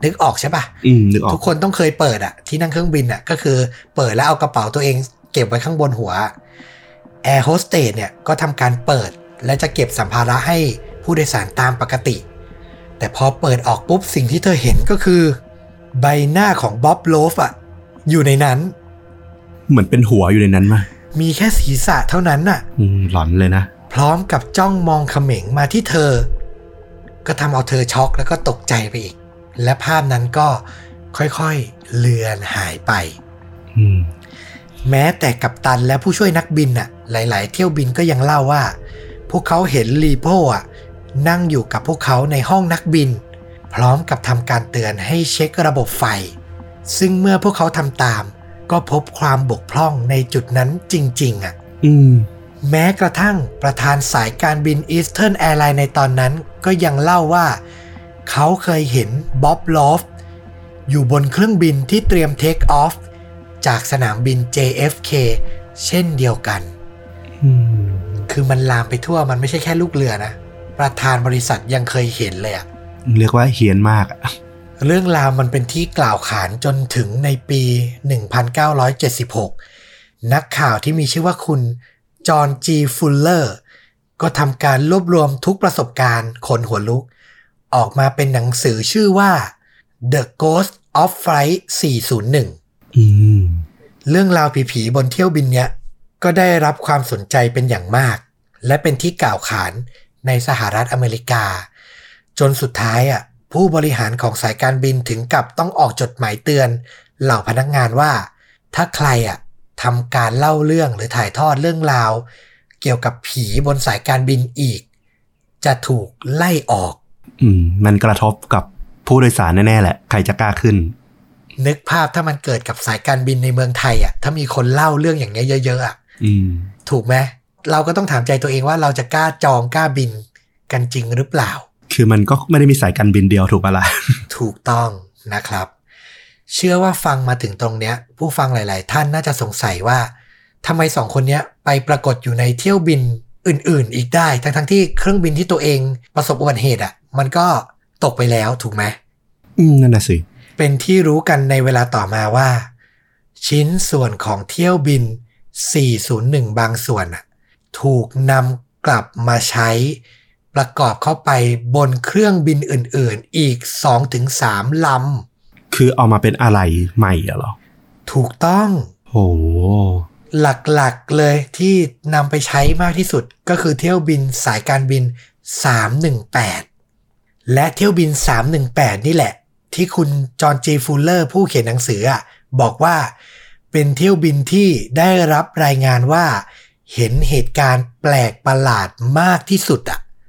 นึกออกใช่ปะนึกออกทุกคนต้องเคยเปิดอะที่นั่งเครื่องบินอะก็คือเปิดแล้วเอากระเป๋าตัวเองเก็บไว้ข้างบนหัวแอร์โฮสเตสเนี่ยก็ทำการเปิดและจะเก็บสัมภาระให้ผู้โดยสารตามปกติแต่พอเปิดออกปุ๊บสิ่งที่เธอเห็นก็คือใบหน้าของบ๊อบโลฟอะอยู่ในนั้นเหมือนเป็นหัวอยู่ในนั้นมั้ยมีแค่ศีรษะเท่านั้นน่ะหลอนเลยนะพร้อมกับจ้องมองเขม็งมาที่เธอก็ทำเอาเธอช็อกแล้วก็ตกใจไปอีกและภาพนั้นก็ค่อยๆเลือนหายไปแม้แต่กัปตันและผู้ช่วยนักบินน่ะหลายๆเที่ยวบินก็ยังเล่าว่าพวกเขาเห็นลีโพอ่ะนั่งอยู่กับพวกเขาในห้องนักบินพร้อมกับทำการเตือนให้เช็คระบบไฟซึ่งเมื่อพวกเขาทำตามก็พบความบกพร่องในจุดนั้นจริงๆอ่ะแม้กระทั่งประธานสายการบิน Eastern Airlines ในตอนนั้นก็ยังเล่าว่าเขาเคยเห็นบ๊อบลอฟอยู่บนเครื่องบินที่เตรียมเทคออฟจากสนามบิน JFK เช่นเดียวกันคือมันลามไปทั่วมันไม่ใช่แค่ลูกเรือนะประธานบริษัทยังเคยเห็นเลยอะเรียกว่าเฮี้ยนมากอะเรื่องราวมันเป็นที่กล่าวขานจนถึงในปี 1976 นักข่าวที่มีชื่อว่าคุณจอห์น จี ฟูลเลอร์ก็ทำการรวบรวมทุกประสบการณ์ขนหัวลุกออกมาเป็นหนังสือชื่อว่า The Ghost of Flight 401 เรื่องราวผีๆบนเที่ยวบินเนี้ยก็ได้รับความสนใจเป็นอย่างมากและเป็นที่กล่าวขานในสหรัฐอเมริกาจนสุดท้ายผู้บริหารของสายการบินถึงกับต้องออกจดหมายเตือนเหล่าพนักงานว่าถ้าใครทำการเล่าเรื่องหรือถ่ายทอดเรื่องราวเกี่ยวกับผีบนสายการบินอีกจะถูกไล่ออกมันกระทบกับผู้โดยสารแน่ๆแหละใครจะกล้าขึ้นนึกภาพถ้ามันเกิดกับสายการบินในเมืองไทยถ้ามีคนเล่าเรื่องอย่างนี้เยอะๆถูกไหมเราก็ต้องถามใจตัวเองว่าเราจะกล้าจองกล้าบินกันจริงหรือเปล่าคือมันก็ไม่ได้มีสายการบินเดียวถูกปะล่ะถูกต้องนะครับเชื่อว่าฟังมาถึงตรงเนี้ยผู้ฟังหลายๆท่านน่าจะสงสัยว่าทำไมสองคนเนี้ยไปปรากฏอยู่ในเที่ยวบินอื่นๆอีกได้ทั้งที่เครื่องบินที่ตัวเองประสบอุบัติเหตุมันก็ตกไปแล้วถูกไหมนั่นน่ะสิเป็นที่รู้กันในเวลาต่อมาว่าชิ้นส่วนของเที่ยวบิน401บางส่วนถูกนำกลับมาใช้ประกอบเข้าไปบนเครื่องบินอื่นๆอีก 2-3 ลำคือเอามาเป็นอะไรใหม่เหรอถูกต้องโหหลักๆเลยที่นำไปใช้มากที่สุดก็คือเที่ยวบินสายการบิน318และเที่ยวบิน318นี่แหละที่คุณจอห์น จี ฟูลเลอร์ผู้เขียนหนังสือบอกว่าเป็นเที่ยวบินที่ได้รับรายงานว่าเห็นเหตุการณ์แปลกประหลาดมากที่สุด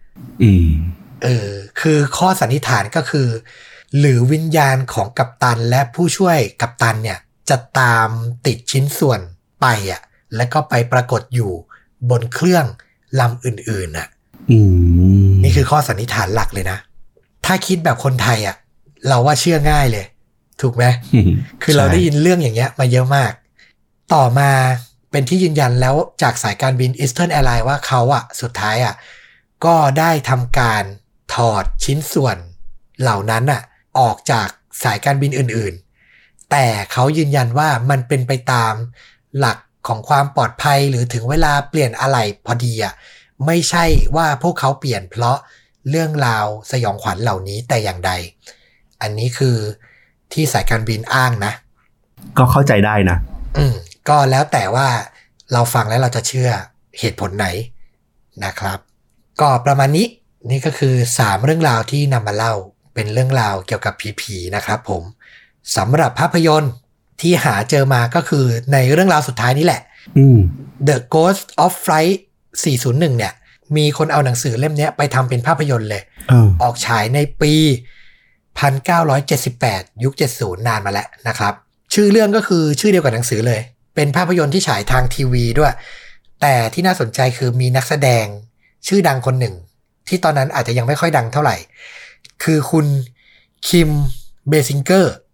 คือข้อสันนิษฐานก็คือหรือวิญญาณของกัปตันและผู้ช่วยกัปตันเนี่ยจะตามติดชิ้นส่วนไปแล้วก็ไปปรากฏอยู่บนเครื่องลำอื่นๆนี่คือข้อสันนิษฐานหลักเลยนะถ้าคิดแบบคนไทยเราว่าเชื่อง่ายเลยถูกไหม คือเราได้ยินเรื่องอย่างเงี้ยมาเยอะมากต่อมาเป็นที่ยืนยันแล้วจากสายการบิน Eastern Airlines ว่าเขาสุดท้ายก็ได้ทำการถอดชิ้นส่วนเหล่านั้นออกจากสายการบินอื่นๆแต่เขายืนยันว่ามันเป็นไปตามหลักของความปลอดภัยหรือถึงเวลาเปลี่ยนอะไหล่พอดีไม่ใช่ว่าพวกเขาเปลี่ยนเพราะเรื่องราวสยองขวัญเหล่านี้แต่อย่างใดอันนี้คือที่สายการบินอ้างนะก็เข้าใจได้นะก็แล้วแต่ว่าเราฟังแล้วเราจะเชื่อเหตุผลไหนนะครับก็ประมาณนี้นี่ก็คือ3เรื่องราวที่นำมาเล่าเป็นเรื่องราวเกี่ยวกับผีๆนะครับผมสำหรับภาพยนตร์ที่หาเจอมาก็คือในเรื่องราวสุดท้ายนี้แหละ The Ghost of Flight 401เนี่ยมีคนเอาหนังสือเล่มนี้ไปทำเป็นภาพยนตร์เลยออกฉายในปี1978ยุค70นานมาแล้วนะครับชื่อเรื่องก็คือชื่อเดียวกับหนังสือเลยเป็นภาพยนตร์ที่ฉายทางทีวีด้วยแต่ที่น่าสนใจคือมีนักแสดงชื่อดังคนหนึ่งที่ตอนนั้นอาจจะยังไม่ค่อยดังเท่าไหร่คือคุณคิมเบซิงเกอร์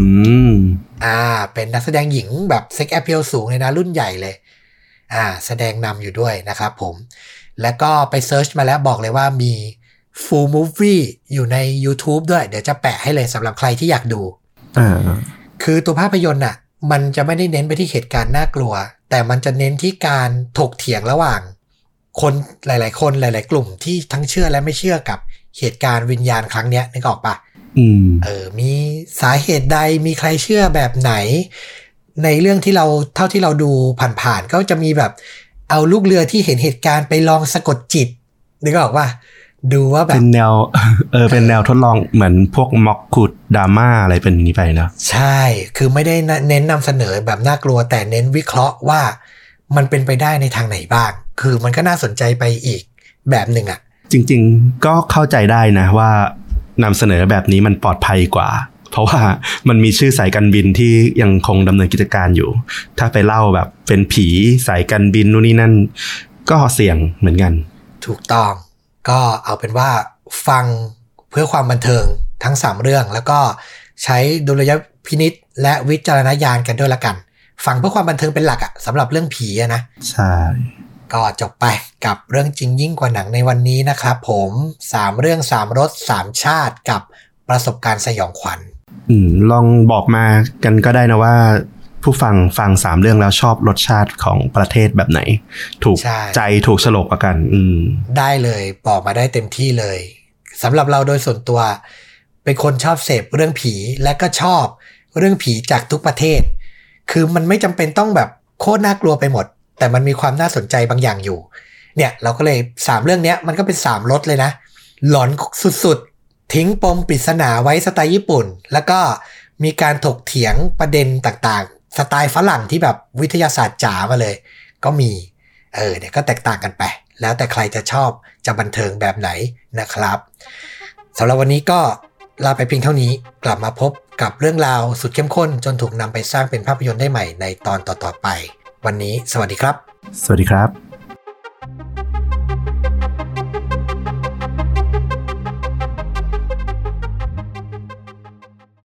เป็นนักแสดงหญิงแบบเซ็กแอพเพิลสูงเลยนะรุ่นใหญ่เลยแสดงนำอยู่ด้วยนะครับผมแล้วก็ไปเซิร์ชมาแล้วบอกเลยว่ามี full movie อยู่ใน YouTube ด้วยเดี๋ยวจะแปะให้เลยสำหรับใครที่อยากดูคือตัวภาพยนตร์น่ะมันจะไม่ได้เน้นไปที่เหตุการณ์น่ากลัวแต่มันจะเน้นที่การถกเถียงระหว่างคนหลายๆคนหลายๆกลุ่มที่ทั้งเชื่อและไม่เชื่อกับเหตุการณ์วิญญาณครั้งเนี้ยนึกออกปะมีสาเหตุใดมีใครเชื่อแบบไหนในเรื่องที่เราเท่าที่เราดูผ่านๆก็จะมีแบบเอาลูกเรือที่เห็นเหตุการณ์ไปลองสะกดจิตนึกออกปะดูว่าแบบเป็นแนวเป็นแนวทดลองเหมือนพวกม็อกคูดดราม่าอะไรเป็นนี้ไปนะใช่คือไม่ได้เน้นนำเสนอแบบน่ากลัวแต่เน้นวิเคราะห์ว่ามันเป็นไปได้ในทางไหนบ้างคือมันก็น่าสนใจไปอีกแบบหนึ่งอ่ะจริงๆก็เข้าใจได้นะว่านำเสนอแบบนี้มันปลอดภัยกว่าเพราะว่ามันมีชื่อสายการบินที่ยังคงดำเนินกิจการอยู่ถ้าไปเล่าแบบเป็นผีสายการบินนู่นนี่นั่นก็เสี่ยงเหมือนกันถูกต้องก็เอาเป็นว่าฟังเพื่อความบันเทิงทั้ง3เรื่องแล้วก็ใช้ดุลยพินิจและวิจารณญาณกันด้วยละกันฟังเพื่อความบันเทิงเป็นหลักอะสำหรับเรื่องผีอะนะใช่ก็จบไปกับเรื่องจริงยิ่งกว่าหนังในวันนี้นะครับผม3เรื่อง3รส3ชาติกับประสบการณ์สยองขวัญลองบอกมากันก็ได้นะว่าผู้ฟัง3เรื่องแล้วชอบรสชาติของประเทศแบบไหนถูกใจถูกโฉลกกันได้เลยบอกมาได้เต็มที่เลยสำหรับเราโดยส่วนตัวเป็นคนชอบเสพเรื่องผีและก็ชอบเรื่องผีจากทุกประเทศคือมันไม่จำเป็นต้องแบบโคตรน่ากลัวไปหมดแต่มันมีความน่าสนใจบางอย่างอยู่เนี่ยเราก็เลย3เรื่องนี้มันก็เป็น3รสเลยนะหลอนสุดๆทิ้งปมปริศนาไว้สไตล์ญี่ปุ่นแล้วก็มีการถกเถียงประเด็นต่างๆสไตล์ฝรั่งที่แบบวิทยาศาสตร์จ๋ามาเลยก็มีเนี่ยก็แตกต่างกันไปแล้วแต่ใครจะชอบจะบันเทิงแบบไหนนะครับสำหรับวันนี้ก็ลาไปเพียงเท่านี้กลับมาพบกับเรื่องราวสุดเข้มข้นจนถูกนำไปสร้างเป็นภาพยนตร์ได้ใหม่ในตอนต่อๆไปวันนี้สวัสดีครับสวัสดีครับ